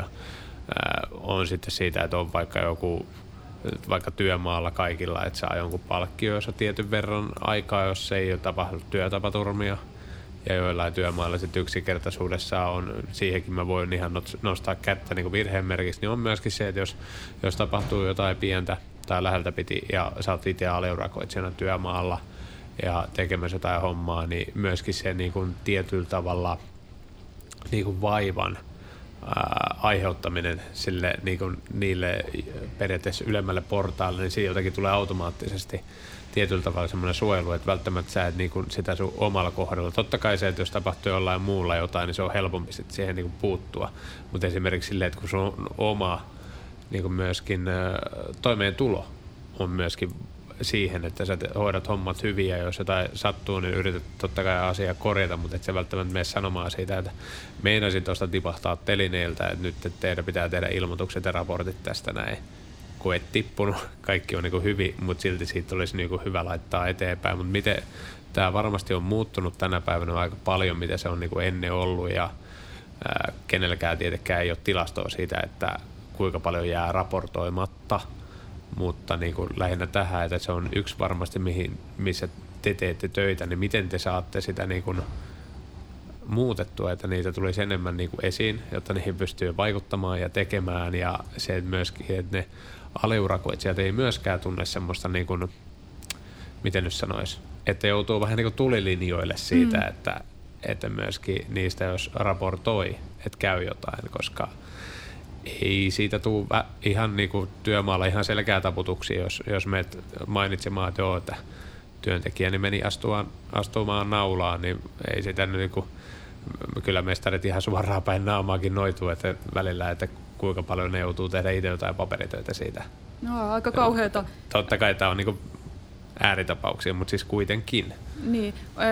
On sitten siitä, että on vaikka työmaalla kaikilla, että saa jonkun palkkioissa tietyn verran aikaa, jos ei ole tapahtunut työtapaturmia. Ja joillain työmailla sitten yksinkertaisuudessa on, siihenkin mä voin ihan nostaa kättä niin virheenmerkiksi, niin on myöskin se, että jos tapahtuu jotain pientä tai läheltä piti ja sä oot itse aliurakoitsijana työmaalla ja tekemässä jotain hommaa, niin myöskin se niin kuin tietyllä tavalla niin kuin vaivan aiheuttaminen sille, niin kuin niille periaatteessa ylemmälle portaalle, niin siitä jotenkin tulee automaattisesti tietyllä tavalla semmoinen suojelu, että välttämättä sä et niin kuin sitä sun omalla kohdalla. Totta kai se, että jos tapahtuu jollain muulla jotain, niin se on helpompi sitten siihen niin kuin puuttua. Mutta esimerkiksi silleen, että kun sun oma niin kuin myöskin toimeentulo on myöskin siihen, että sä hoidat hommat hyvin ja jos jotain sattuu, niin yrität totta kai asiaa korjata, mutta et sä välttämättä mene sanomaan siitä, että meinasin tuosta tipahtaa telineiltä, että nyt teidän pitää tehdä ilmoitukset ja raportit tästä näin. Kun et tippunut, kaikki on niin kuin hyvin, mutta silti siitä olisi niin kuin hyvä laittaa eteenpäin. Mutta miten tämä varmasti on muuttunut tänä päivänä aika paljon, mitä se on niin kuin ennen ollut ja kenelläkään tietenkään ei ole tilastoa siitä, että kuinka paljon jää raportoimatta. Mutta niin kuin lähinnä tähän, että se on yksi varmasti, missä te teette töitä, niin miten te saatte sitä niin kuin muutettua, että niitä tulisi enemmän niin kuin esiin, jotta niihin pystyy vaikuttamaan ja tekemään. Ja se että myöskin, että ne aliurakoitsijat ei myöskään tunne semmoista, niin kuin, miten nyt sanoisi, että joutuu vähän niin kuin tulilinjoille siitä, että että myöskin niistä jos raportoi, että käy jotain, koska ei siitä tule ihan niinku työmaalla ihan selkeä taputuksia, jos menet mainitsemaan, että joo, että työntekijäni meni astumaan naulaan, niin ei sitä niinku, kyllä mestarit ihan suoraan päin naamaakin noituu, että välillä, että kuinka paljon ne joutuu tehdä itse jotain paperitöitä siitä. No, aika kauheata. Totta kai tämä on niinku ääritapauksia, mutta siis kuitenkin. Niin.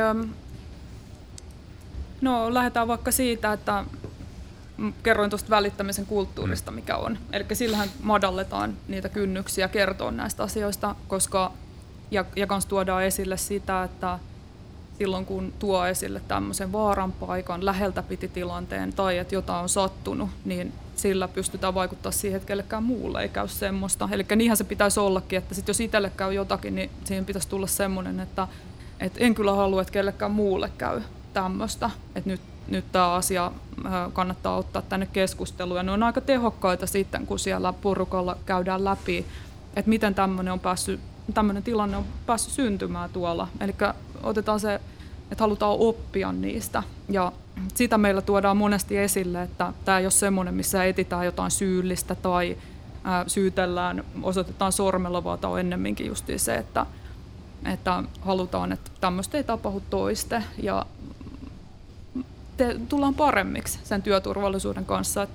No, lähdetään vaikka siitä, että kerroin tuosta välittämisen kulttuurista, mikä on. Eli sillähän madalletaan niitä kynnyksiä kertoa näistä asioista, koska ja kans tuodaan esille sitä, että silloin kun tuo esille tämmöisen vaaran paikan, läheltä piti tilanteen tai että jotain on sattunut, niin sillä pystytään vaikuttaa siihen, että kellekään muulle ei käy semmoista. Eli niinhän se pitäisi ollakin, että sit jos itselle käy jotakin, niin siihen pitäisi tulla semmoinen, että en kyllä halua, että kellekään muulle käy tämmöistä. Että nyt tämä asia kannattaa ottaa tänne keskusteluun. Ja ne on aika tehokkaita sitten, kun siellä porukalla käydään läpi, että miten tämmöinen tilanne on päässyt syntymään tuolla. Eli otetaan se, että halutaan oppia niistä. Ja sitä meillä tuodaan monesti esille, että tämä ei ole semmoinen, missä etsitään jotain syyllistä tai syytellään, osoitetaan sormella, vaan tämä on ennemminkin justiin se, että halutaan, että tämmöistä ei tapahdu toiste. Ja tullaan paremmiksi sen työturvallisuuden kanssa,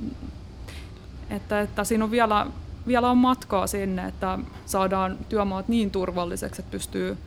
että siinä on vielä on matkaa sinne, että saadaan työmaat niin turvalliseksi, että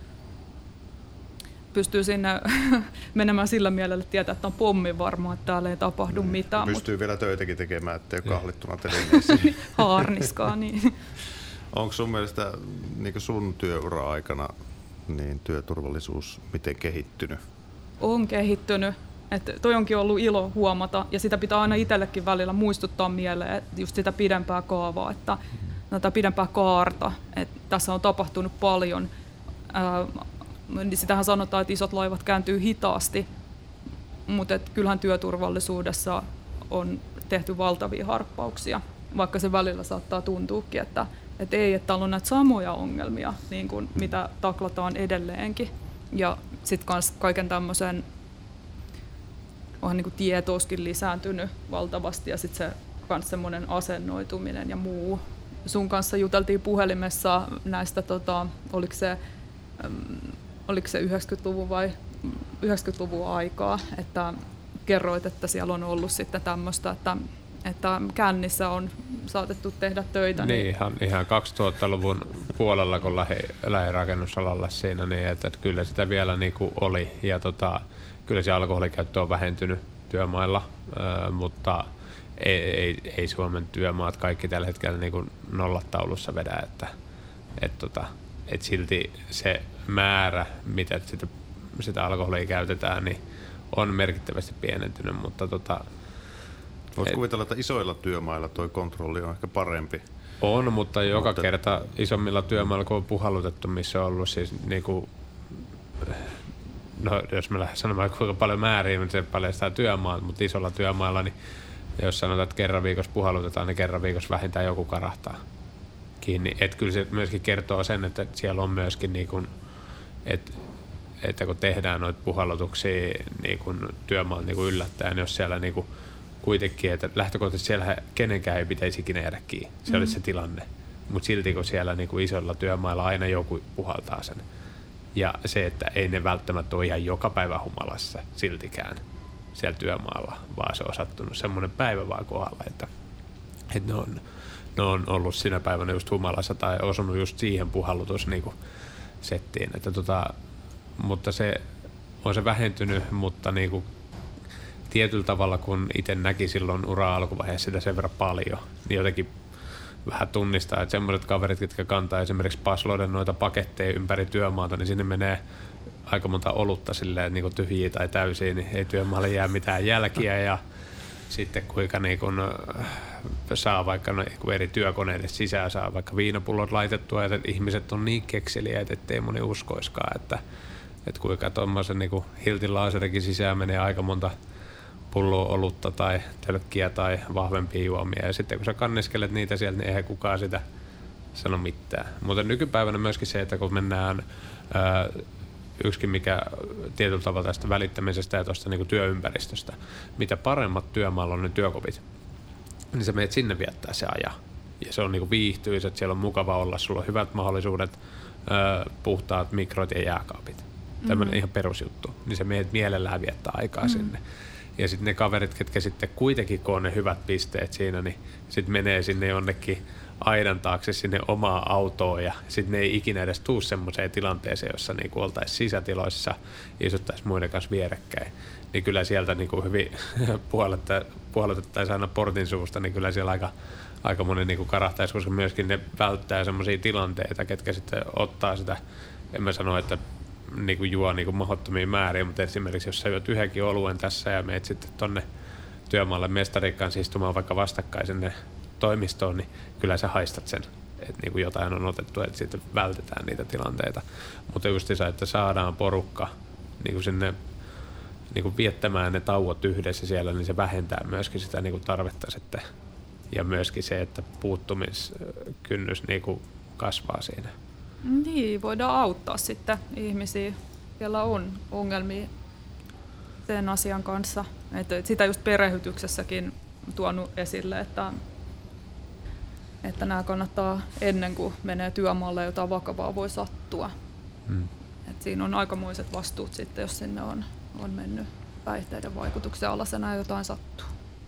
pystyy sinne menemään sillä mielellä, että tietää, että on pommin varma, että täällä ei tapahdu mitään. Pystyy vielä töitäkin tekemään, ettei ole kahlittuna telineisiin. Haarniskaa, niin. Onko sun mielestä niin sun työura-aikana niin työturvallisuus miten kehittynyt? On kehittynyt. Että toi onkin ollut ilo huomata, ja sitä pitää aina itsellekin välillä muistuttaa mieleen, että just sitä pidempää kaavaa, että pidempää kaarta, että tässä on tapahtunut paljon. Sitähän sanotaan, että isot laivat kääntyy hitaasti, mutta kyllähän työturvallisuudessa on tehty valtavia harppauksia, vaikka se välillä saattaa tuntuukin, että täällä on näitä samoja ongelmia, niin kuin mitä taklataan edelleenkin. Ja sitten myös kaiken tämmöisen onhan niin kuin tietouskin lisääntynyt valtavasti ja sitten se myös semmoinen asennoituminen ja muu. Sun kanssa juteltiin puhelimessa näistä, oliko se 90-luvun vai 90-luvun aikaa, että kerroit, että siellä on ollut sitten tämmöistä, että kännissä on saatettu tehdä töitä. Niin, ihan 2000-luvun puolella, kun lähdin rakennusalalla siinä, niin että kyllä sitä vielä niin kuin oli. Ja kyllä se alkoholikäyttö on vähentynyt työmailla, mutta ei Suomen työmaat kaikki tällä hetkellä niin kuin nollataulussa vedä, että silti se määrä, mitä sitä alkoholia käytetään, niin on merkittävästi pienentynyt, mutta voisi kuvitella, että isoilla työmailla tuo kontrolli on ehkä parempi. On, mutta joka kerta isommilla työmailla, kun on puhallutettu, missä on ollut siis niinku, no jos me lähdemme sanomaan kuinka paljon määriä, niin se paljastaa työmaat, mutta isolla työmailla, niin jos sanotaan, että kerran viikossa puhallutetaan, niin kerran viikossa vähintään joku karahtaa kiinni. Et kyllä se myöskin kertoo sen, että siellä on myöskin, niin kuin, että kun tehdään noita puhallutuksia niin kuin työmaalla niin kuin yllättäen, jos siellä niin kuin kuitenkin, että lähtökohtaisesti siellä kenenkään ei pitäisi ikinä jäädä kiinni. Se olisi se tilanne. Mutta silti kun siellä niin kuin isoilla työmailla aina joku puhaltaa sen. Ja se, että ei ne välttämättä ole ihan joka päivä humalassa siltikään siellä työmaalla, vaan se on sattunut semmoinen päivä vaan kohdalla, että ne on ollut siinä päivänä just humalassa tai osunut just siihen puhallutus niin kuin settiin. Että mutta se on se vähentynyt, mutta niin kuin tietyllä tavalla, kun itse näki silloin ura-alkuvaiheessa sitä sen verran paljon, niin jotenkin vähän tunnistaa, että semmoiset kaverit, jotka kantaa esimerkiksi pasloiden noita paketteja ympäri työmaata, niin sinne menee aika monta olutta silleen niin kuin tyhjiä tai täysiä, niin ei työmaalle jää mitään jälkiä. Ja sitten kuinka niin kuin saa vaikka eri työkoneille sisään, saa vaikka viinapullot laitettua, että ihmiset on niin kekseliäitä, ettei moni uskoiskaan, että kuinka tuommoisen niin Hiltin laaserikin sisään menee aika monta pulloa olutta tai tölkkiä tai vahvempia juomia. Ja sitten kun sä kanniskelet niitä sieltä, niin eihän kukaan sitä sano mitään. Mutta nykypäivänä myöskin se, että kun mennään yksikin mikä tietyllä tavalla tästä välittämisestä ja tuosta niin työympäristöstä. Mitä paremmat työmaalla on ne työkopit, niin sä menet sinne viettää se ajan. Ja se on niin viihtyisä, että siellä on mukava olla, sulla on hyvät mahdollisuudet, puhtaat mikrot ja jääkaapit. Tämmöinen ihan perusjuttu. Niin sä menet mielellään viettää aikaa sinne. Ja sitten ne kaverit, ketkä sitten kuitenkin kun on ne hyvät pisteet siinä, niin sitten menee sinne jonnekin aidan taakse sinne omaa autoon ja sitten ne ei ikinä edes tuu semmoiseen tilanteeseen, jossa niinku oltaisiin sisätiloissa, istuttaisiin muiden kanssa vierekkäin. Niin kyllä sieltä niinku hyvin puoletettaisiin aina portin suusta, niin kyllä siellä aika moni niinku karahtaisi, koska myöskin ne välttää semmoisia tilanteita, ketkä sitten ottaa sitä, en mä sano, että niinku juo niinku mahdottomia määriä, mutta esimerkiksi jos sä juot yhdenkin oluen tässä ja meet sitten tonne työmaalle mestarin kanssa istumaan vaikka vastakkain sinne toimistoon, niin kyllä sä haistat sen, että niinku jotain on otettu, että sitten vältetään niitä tilanteita. Mutta justiinsa, että saadaan porukka niinku sinne niinku viettämään ne tauot yhdessä siellä, niin se vähentää myöskin sitä niinku tarvetta sitten. Ja myöskin se, että puuttumiskynnys niinku kasvaa siinä. Niin, voidaan auttaa sitten ihmisiä, joilla on ongelmia sen asian kanssa. Että sitä just perehdytyksessäkin tuonut esille, että nämä kannattaa ennen kuin menee työmaalle, jotain vakavaa voi sattua. Et siinä on aikamoiset vastuut sitten, jos sinne on mennyt päihteiden vaikutuksen alasena ja jotain sattuu.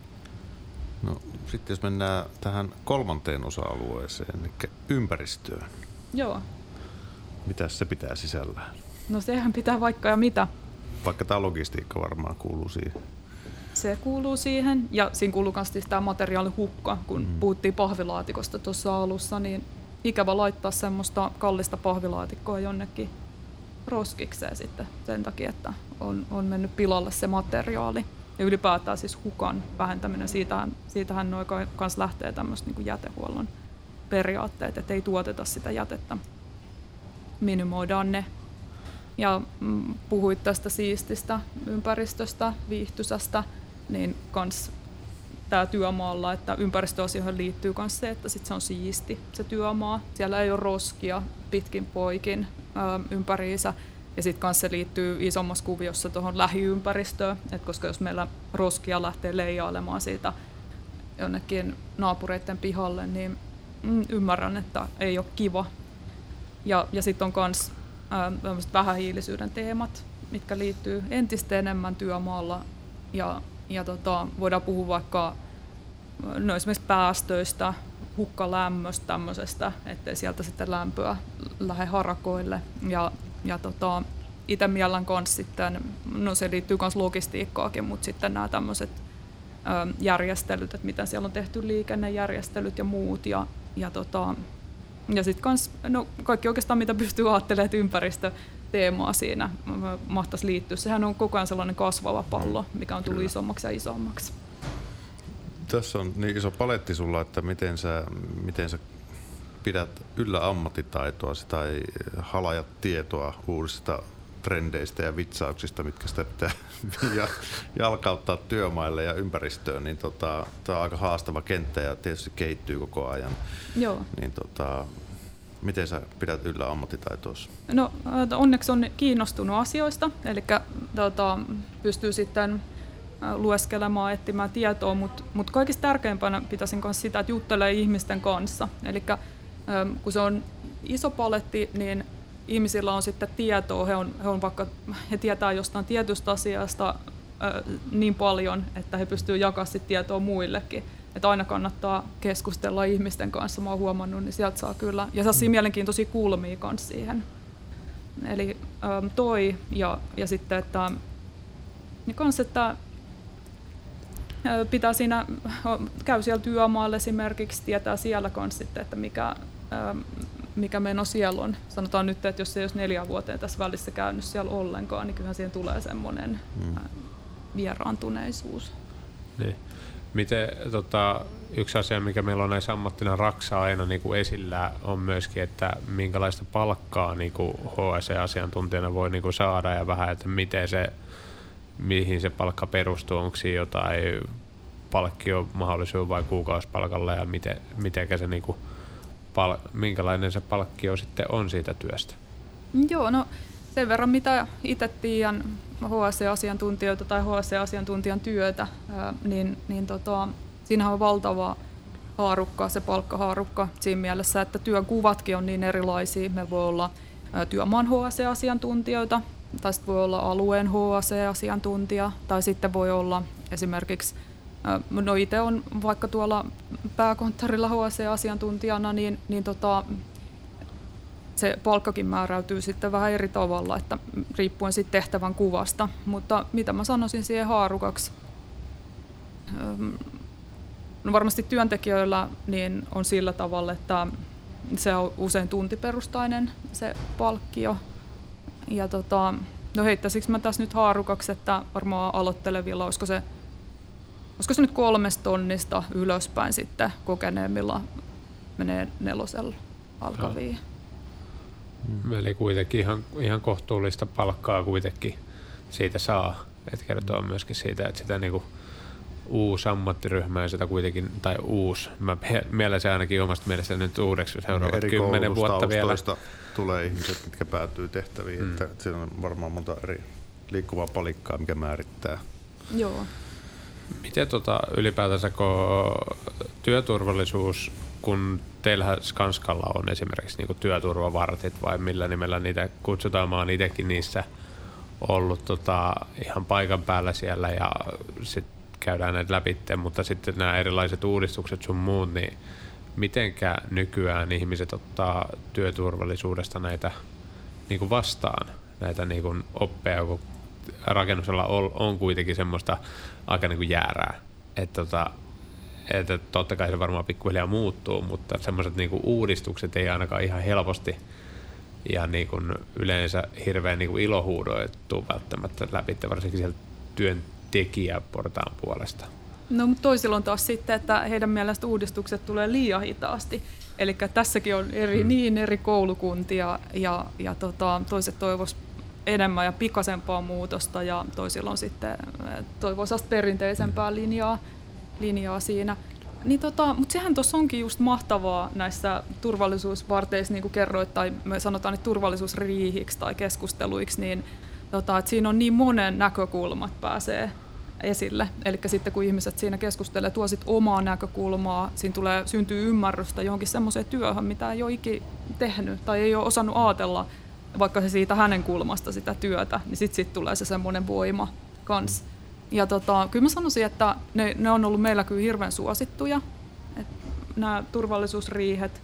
No, sitten jos mennään tähän kolmanteen osa-alueeseen, eli ympäristöön. Joo. Mitäs se pitää sisällään? No sehän pitää vaikka ja mitä. Vaikka tämä logistiikka varmaan kuuluu siihen. Se kuuluu siihen, ja siinä kuuluu myös tämä materiaalihukka, kun puhuttiin pahvilaatikosta tuossa alussa, niin ikävä laittaa semmoista kallista pahvilaatikkoa jonnekin roskikseen sitten sen takia, että on mennyt pilalle se materiaali. Ja ylipäätään siis hukan vähentäminen, siitähän noin kanssa lähtee tämmöistä niin kuin jätehuollon periaatteet, että ei tuoteta sitä jätettä, minimoidaan ne. Ja puhuit tästä siististä ympäristöstä, viihtyisästä, niin kans tämä työmaalla, että ympäristöasioihin liittyy myös se, että sit se on siisti se työmaa. Siellä ei ole roskia pitkin poikin ympäriinsä. Ja sitten kanssa se liittyy isommassa kuviossa tuohon lähiympäristöön, että koska jos meillä roskia lähtee leijailemaan siitä jonnekin naapureiden pihalle, niin ymmärrän, että ei ole kiva. Ja sitten on myös vähähiilisyyden teemat, mitkä liittyy entistä enemmän työmaalla. Ja voidaan puhua vaikka esimerkiksi päästöistä, hukkalämmöstä tämmöisestä, ettei sieltä sitten lämpöä lähde harakoille. Ja itse miellän kanssa sitten, no se liittyy myös logistiikkaakin, mutta sitten nämä tämmöiset järjestelyt, että miten siellä on tehty liikennejärjestelyt ja muut. Ja sitten kans, no kaikki oikeastaan mitä pystyy ajattelemaan, että ympäristöteemaa siinä mahtaisi liittyä. Sehän on koko ajan sellainen kasvava pallo, mikä on tullut isommaksi ja isommaksi. Tässä on niin iso paletti sulla, että miten sä pidät yllä ammattitaitoa tai halajat tietoa uusista trendeistä ja vitsauksista, mitkä sitä pitää jalkauttaa työmaille ja ympäristöön, niin tämä on aika haastava kenttä ja tietysti kehittyy koko ajan. Joo. Niin miten sä pidät yllä ammattitaitoa? No onneksi on kiinnostunut asioista, eli pystyy sitten lueskelemaan, etsimään tietoa, mutta kaikista tärkeimpänä pitäisin kanssa sitä, että juttelee ihmisten kanssa. Eli kun se on iso paletti, niin ihmisillä on sitten tietoa, he tietää jostain tietystä asiasta niin paljon, että he pystyvät jakamaan sitten tietoa muillekin. Että aina kannattaa keskustella ihmisten kanssa, mä oon huomannut, niin sieltä saa kyllä. Ja sellaisia mielenkiintoisia kulmia kanssa siihen. Eli toi ja sitten, että pitää siinä, käy siellä työmaalla esimerkiksi, tietää siellä kanssa sitten, että mikä meno siellä on. Sanotaan nyt, että jos ei olisi 4 vuoteen tässä välissä käynyt siellä ollenkaan, niin kyllähän siihen tulee semmoinen vieraantuneisuus. Niin. Miten, yksi asia, mikä meillä on näissä ammattina raksaa aina niin kuin esillä, on myöskin, että minkälaista palkkaa niin kuin HSE-asiantuntijana voi niin kuin saada ja vähän, että mihin se palkka perustuu, onko siinä jotain palkkiomahdollisuus vai kuukausipalkalla ja mitenkä se, niin kuin, minkälainen se palkkio sitten on siitä työstä? Joo, no sen verran, mitä itse tiedän HSE-asiantuntijoita tai HSE-asiantuntijan työtä, niin siinähän on valtava haarukka, se palkkahaarukka siinä mielessä, että työnkuvatkin on niin erilaisia. Me voi olla työmaan HSE-asiantuntijoita, tai sitten voi olla alueen HSE-asiantuntija, tai sitten voi olla esimerkiksi, no itse on vaikka tuolla pääkonttorilla HSE-asiantuntijana, niin se palkkakin määräytyy sitten vähän eri tavalla, että riippuen sitten tehtävän kuvasta. Mutta mitä mä sanoisin siihen haarukaksi? No varmasti työntekijöillä niin on sillä tavalla, että se on usein tuntiperustainen se palkkio. Ja no heittäisikö mä tässä nyt haarukaksi, että varmaan aloittelevilla, olisiko se nyt 3 tonnista ylöspäin sitten kokeneemmilla menee 4 alkaviin. Eli kuitenkin ihan kohtuullista palkkaa kuitenkin siitä saa. Et kertoo myöskin siitä, että sitä niinku uusi ammattiryhmä ja sitä kuitenkin, tai uusi, mä mielestäni ainakin omasta mielestäni nyt uudeksi seuraavat 10 vuotta vielä. Tulee ihmiset, mitkä päätyy tehtäviin, että siinä on varmaan monta eri liikkuvaa palikkaa, mikä määrittää. Joo. Miten ylipäätänsä työturvallisuus, kun teillähän Skanskalla on esimerkiksi niinku työturvavartit vai millä nimellä niitä kutsutaan, mä oon itsekin niissä ollut ihan paikan päällä siellä ja sitten käydään näitä läpi, mutta sitten nämä erilaiset uudistukset sun muut, niin mitenkä nykyään ihmiset ottaa työturvallisuudesta näitä niin kuin vastaan, näitä niin kuin oppeja, kun rakennusalla on kuitenkin semmoista aika niin kuin jäärää, että totta kai se varmaan pikkuhiljaa muuttuu, mutta semmoiset niin kuin uudistukset ei ainakaan ihan helposti ja niin kuin yleensä hirveän niin kuin ilohuudoin tuu välttämättä läpi, varsinkin sieltä työntekijäportaan puolesta. No, mutta toisilla on taas sitten, että heidän mielestä uudistukset tulee liian hitaasti. Eli tässäkin on eri koulukuntia ja toiset toivoisivat enemmän ja pikaisempaa muutosta ja toisilla on sitten toivoisivat perinteisempää linjaa siinä. Niin mutta sehän tuossa onkin just mahtavaa näissä turvallisuusvarteissa, niin kuin kerroit, tai me sanotaan että turvallisuusriihiksi tai keskusteluiksi, niin että siinä on niin monen näkökulmat pääsee esille. Eli sitten kun ihmiset siinä keskustelee, tuo sit omaa näkökulmaa, siinä syntyy ymmärrystä johonkin semmoiseen työhön, mitä ei ole ikinä tehnyt tai ei ole osannut ajatella, vaikka se siitä hänen kulmasta sitä työtä, niin sitten tulee se semmoinen voima kanssa. Ja kyllä mä sanoisin, että ne on ollut meillä kyllä hirveän suosittuja, nämä turvallisuusriihet,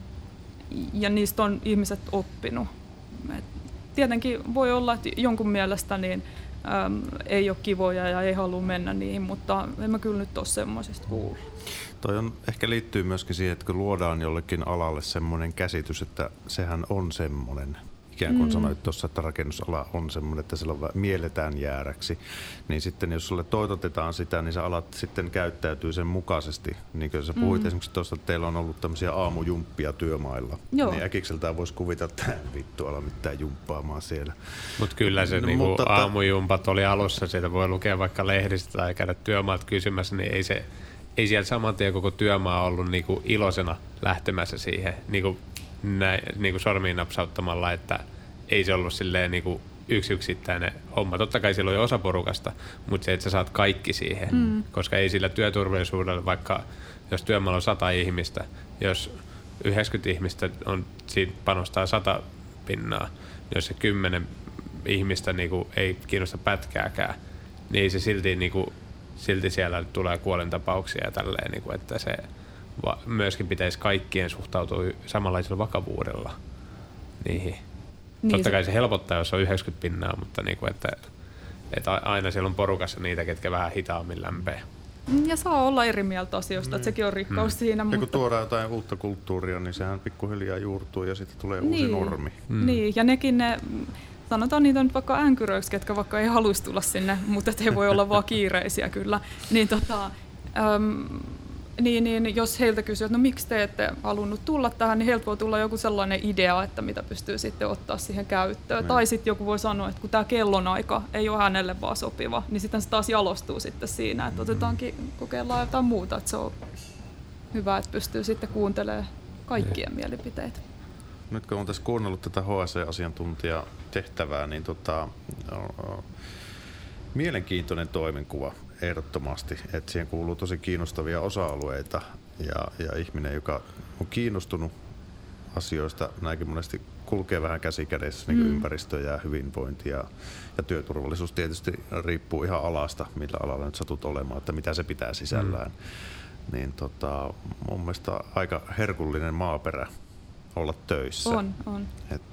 ja niistä on ihmiset oppinut. Tietenkin voi olla, että jonkun mielestä niin, ei ole kivoja ja ei halua mennä niihin, mutta en mä kyllä nyt ole semmoisesta kuullut. Toi ehkä liittyy myöskin siihen, että kun luodaan jollekin alalle semmoinen käsitys, että sehän on semmoinen. Ikään kuin sanoit tuossa, että rakennusala on semmoinen, että sillä mielletään jääräksi. Niin sitten jos sulle toitotetaan sitä, niin sä alat sitten käyttäytyy sen mukaisesti. Niin kuin sä puhuit esimerkiksi tuossa, että teillä on ollut tämmöisiä aamujumppia työmailla. Joo. Niin äkikseltään voisi kuvitella, että vittu ala mitään jumppaamaan siellä. Mutta kyllä se aamujumpat oli alussa, siitä voi lukea vaikka lehdistä tai käydä työmaat kysymässä, niin ei siellä saman tien koko työmaa ollut niinku iloisena lähtemässä siihen. Niinku sormiin napsauttamalla, että ei se ollut silleen niinku yksittäinen homma. Totta kai silloin osa porukasta, mutta se, että sä saat kaikki siihen, koska ei sillä työturvallisuudella, vaikka jos työmaalla on 100 ihmistä, jos 90 ihmistä siitä panostaa 100 pinnaa, jos se 10 ihmistä niinku ei kiinnosta pätkääkään, niin se silti siellä tulee kuolintapauksia ja tälleen, niinku, että se myöskin pitäisi kaikkien suhtautua samanlaisella vakavuudella niihin. Totta kai se helpottaa, jos on 90 pinnaa, mutta että aina siellä on porukassa niitä, ketkä vähän hitaammin lämpee. Ja saa olla eri mieltä asioista, että sekin on rikkaus siinä. Ja kun tuodaan jotain uutta kulttuuria, niin sehän pikkuhiljaa juurtuu ja sitten tulee uusi normi. Niin, ja sanotaan niitä nyt vaikka änkyröiksi, ketkä vaikka ei haluaisi tulla sinne, mutta he voi olla vaan kiireisiä kyllä. Niin, jos heiltä kysyy, että no miksi te ette halunnut tulla tähän, niin heiltä voi tulla joku sellainen idea, että mitä pystyy sitten ottaa siihen käyttöön. Tai sitten joku voi sanoa, että kun tämä kellonaika ei ole hänelle vaan sopiva, niin sitten se taas jalostuu sitten siinä, että otetaankin, kokeillaan jotain muuta. Että se on hyvä, että pystyy sitten kuuntelemaan kaikkien mielipiteitä. nyt kun olen tässä kuunnellut tätä HSE-asiantuntijatehtävää, niin mielenkiintoinen toimenkuva ehdottomasti, että siihen kuuluu tosi kiinnostavia osa-alueita ja ihminen, joka on kiinnostunut asioista, näinkin monesti kulkee vähän käsi kädessä niin ympäristö ja hyvinvointi ja työturvallisuus tietysti riippuu ihan alasta, millä alalla nyt satut olemaan, että mitä se pitää sisällään. Niin mun mielestä aika herkullinen maaperä olla töissä. On.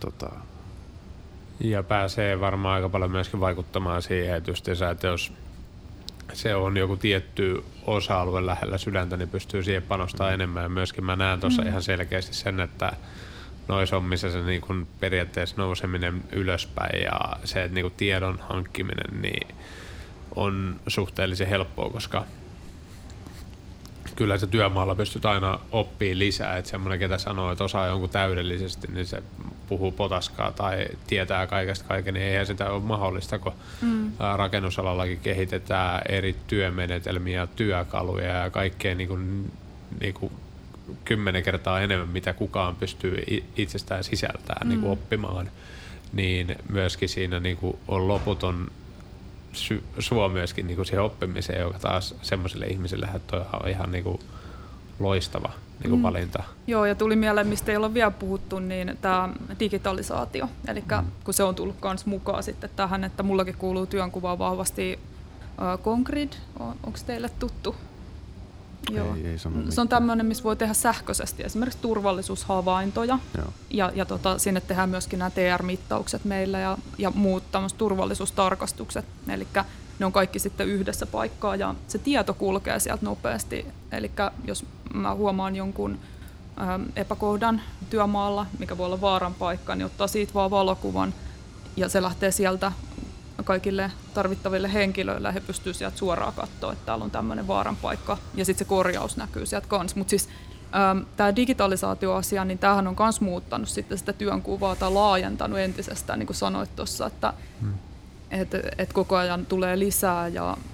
Ja pääsee varmaan aika paljon myöskin vaikuttamaan siihen, että jos se on joku tietty osa-alue lähellä sydäntä, niin pystyy siihen panostamaan enemmän. Ja myöskin mä näen tuossa ihan selkeästi sen, että noissa hommissa se niin kuin periaatteessa nouseminen ylöspäin ja se, että niin kuin tiedon hankkiminen niin on suhteellisen helppoa, koska kyllä se työmaalla pystyt aina oppimaan lisää. Että semmoinen, ketä sanoo, että osaa jonkun täydellisesti, niin se puhuu potaskaa tai tietää kaikesta kaiken, niin eihän sitä ole mahdollista, kun rakennusalallakin kehitetään eri työmenetelmiä ja työkaluja ja kaikkea niin kuin 10 kertaa enemmän, mitä kukaan pystyy itsestään sisältämään niin kuin oppimaan. Niin myöskin siinä niin kuin on loputon suo myöskin niin kuin siihen oppimiseen, joka taas semmoiselle ihmiselle on ihan niin kuin loistava niin kuin valinta. Joo, ja tuli mieleen, mistä ei ole vielä puhuttu, niin tämä digitalisaatio. Eli kun se on tullut myös mukaan sitten tähän, että mullakin kuuluu työnkuvaan vahvasti Congrid. Onko teille tuttu? Joo. Ei se on tämmöinen, missä voi tehdä sähköisesti esimerkiksi turvallisuushavaintoja. Ja sinne tehdään myöskin nämä TR-mittaukset meillä ja muut tämmöiset turvallisuustarkastukset. Eli ne on kaikki sitten yhdessä paikkaa ja se tieto kulkee sieltä nopeasti. Eli jos mä huomaan jonkun epäkohdan työmaalla, mikä voi olla vaaran paikka, niin ottaa siitä vaan valokuvan ja se lähtee sieltä kaikille tarvittaville henkilöille ja he pystyvät sieltä suoraan katsoa, että täällä on tämmöinen vaaran paikka ja sitten se korjaus näkyy sieltä kanssa. Mutta siis tämä digitalisaatioasia, niin tämähän on myös muuttanut sitten sitä työnkuvaa tai laajentanut entisestään, niin kuin sanoit tuossa, että et koko ajan tulee lisää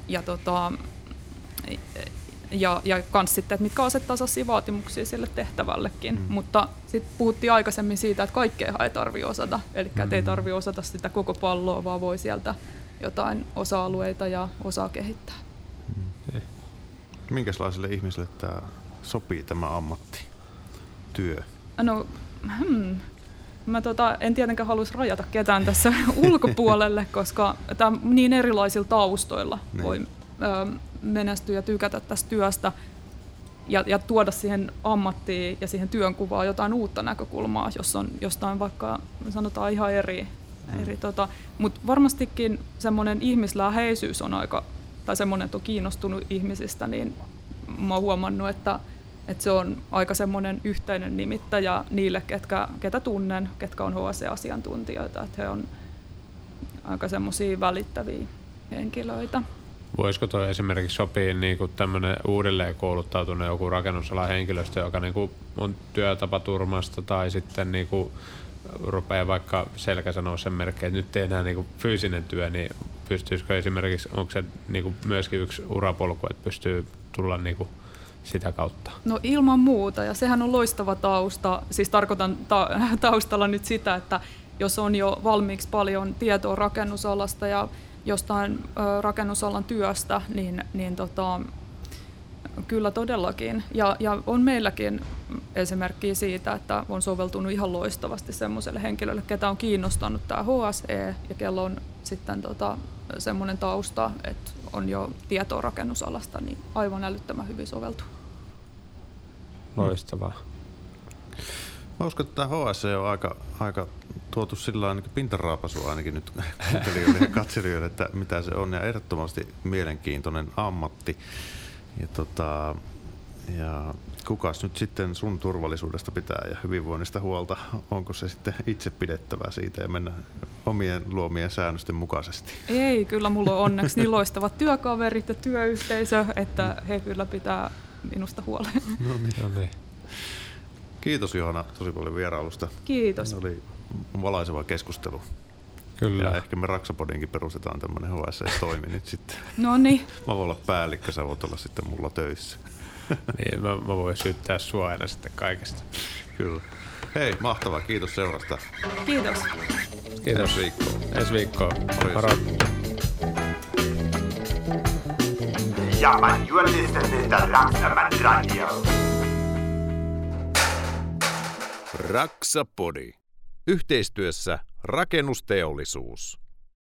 ja kans sitten, että mitkä asettaa sellaisia vaatimuksia sille tehtävällekin. Mutta sitten puhuttiin aikaisemmin siitä, että kaikkea ei tarvitse osata. Eli ei tarvitse osata sitä koko palloa, vaan voi sieltä jotain osa-alueita ja osaa kehittää. Minkälaiselle ihmiselle tämä sopii, tämä ammatti, työ? No, mä en tietenkään haluaisi rajata ketään tässä ulkopuolelle, koska tämä niin erilaisilla taustoilla voi menestyä ja tykätä tästä työstä ja tuoda siihen ammattiin ja siihen työnkuvaan jotain uutta näkökulmaa, jos on jostain vaikka sanotaan ihan eri mutta varmastikin semmoinen ihmisläheisyys on tai semmoinen, että on kiinnostunut ihmisistä, niin mä oon huomannut, että se on aika semmoinen yhteinen nimittäjä niille, ketä tunnen, ketkä on HSE-asiantuntijoita, että he on aika semmoisia välittäviä henkilöitä. Voisiko tuo esimerkiksi sopia niin tämmöinen uudelleen kouluttautunut joku rakennusalan henkilöstö, joka niin on työtapaturmasta tai sitten niin rupeaa vaikka selkä sanoa sen merkkejä, että nyt tehdään niin fyysinen työ, niin pystyisikö esimerkiksi, onko se niin myöskin yksi urapolku, että pystyy tulla niin sitä kautta? No ilman muuta, ja sehän on loistava tausta. Siis tarkoitan taustalla nyt sitä, että jos on jo valmiiksi paljon tietoa rakennusalasta ja jostain rakennusalan työstä, niin kyllä todellakin. Ja on meilläkin esimerkkiä siitä, että on soveltunut ihan loistavasti semmoiselle henkilölle, ketä on kiinnostanut tämä HSE ja kello on sitten semmoinen tausta, että on jo tietoa rakennusalasta, niin aivan älyttömän hyvin soveltuu. Loistavaa. Mä uskon, että tämä HSE on aika tuotu sillä niin pintaraapasua ainakin nyt kuuntelijoille ja katselijoille, että mitä se on, ja ehdottomasti mielenkiintoinen ammatti. Ja kukas nyt sitten sun turvallisuudesta pitää ja hyvinvoinnista huolta? Onko se sitten itse pidettävää siitä ja mennä omien luomien säännösten mukaisesti? Ei, kyllä mulla on onneksi niin loistavat työkaverit ja työyhteisö, että he kyllä pitää minusta huolen. No niin. Kiitos Johanna tosi paljon vierailusta. Kiitos. Se oli valaiseva keskustelu. Kyllä. Ja ehkä me Raksapodinkin perustetaan tämmöinen HSE-toimi nyt sitten. No niin. Mä voin olla päällikkö, sä voit olla sitten mulla töissä. Niin, mä voin syyttää sua aina sitten kaikesta. Kyllä. Hei, mahtavaa. Kiitos seurasta. Kiitos. Kiitos. Ensi viikkoon. Moro. Ja, man, you are listening to Raksaman Radio. Raksapodi. Yhteistyössä Rakennusteollisuus.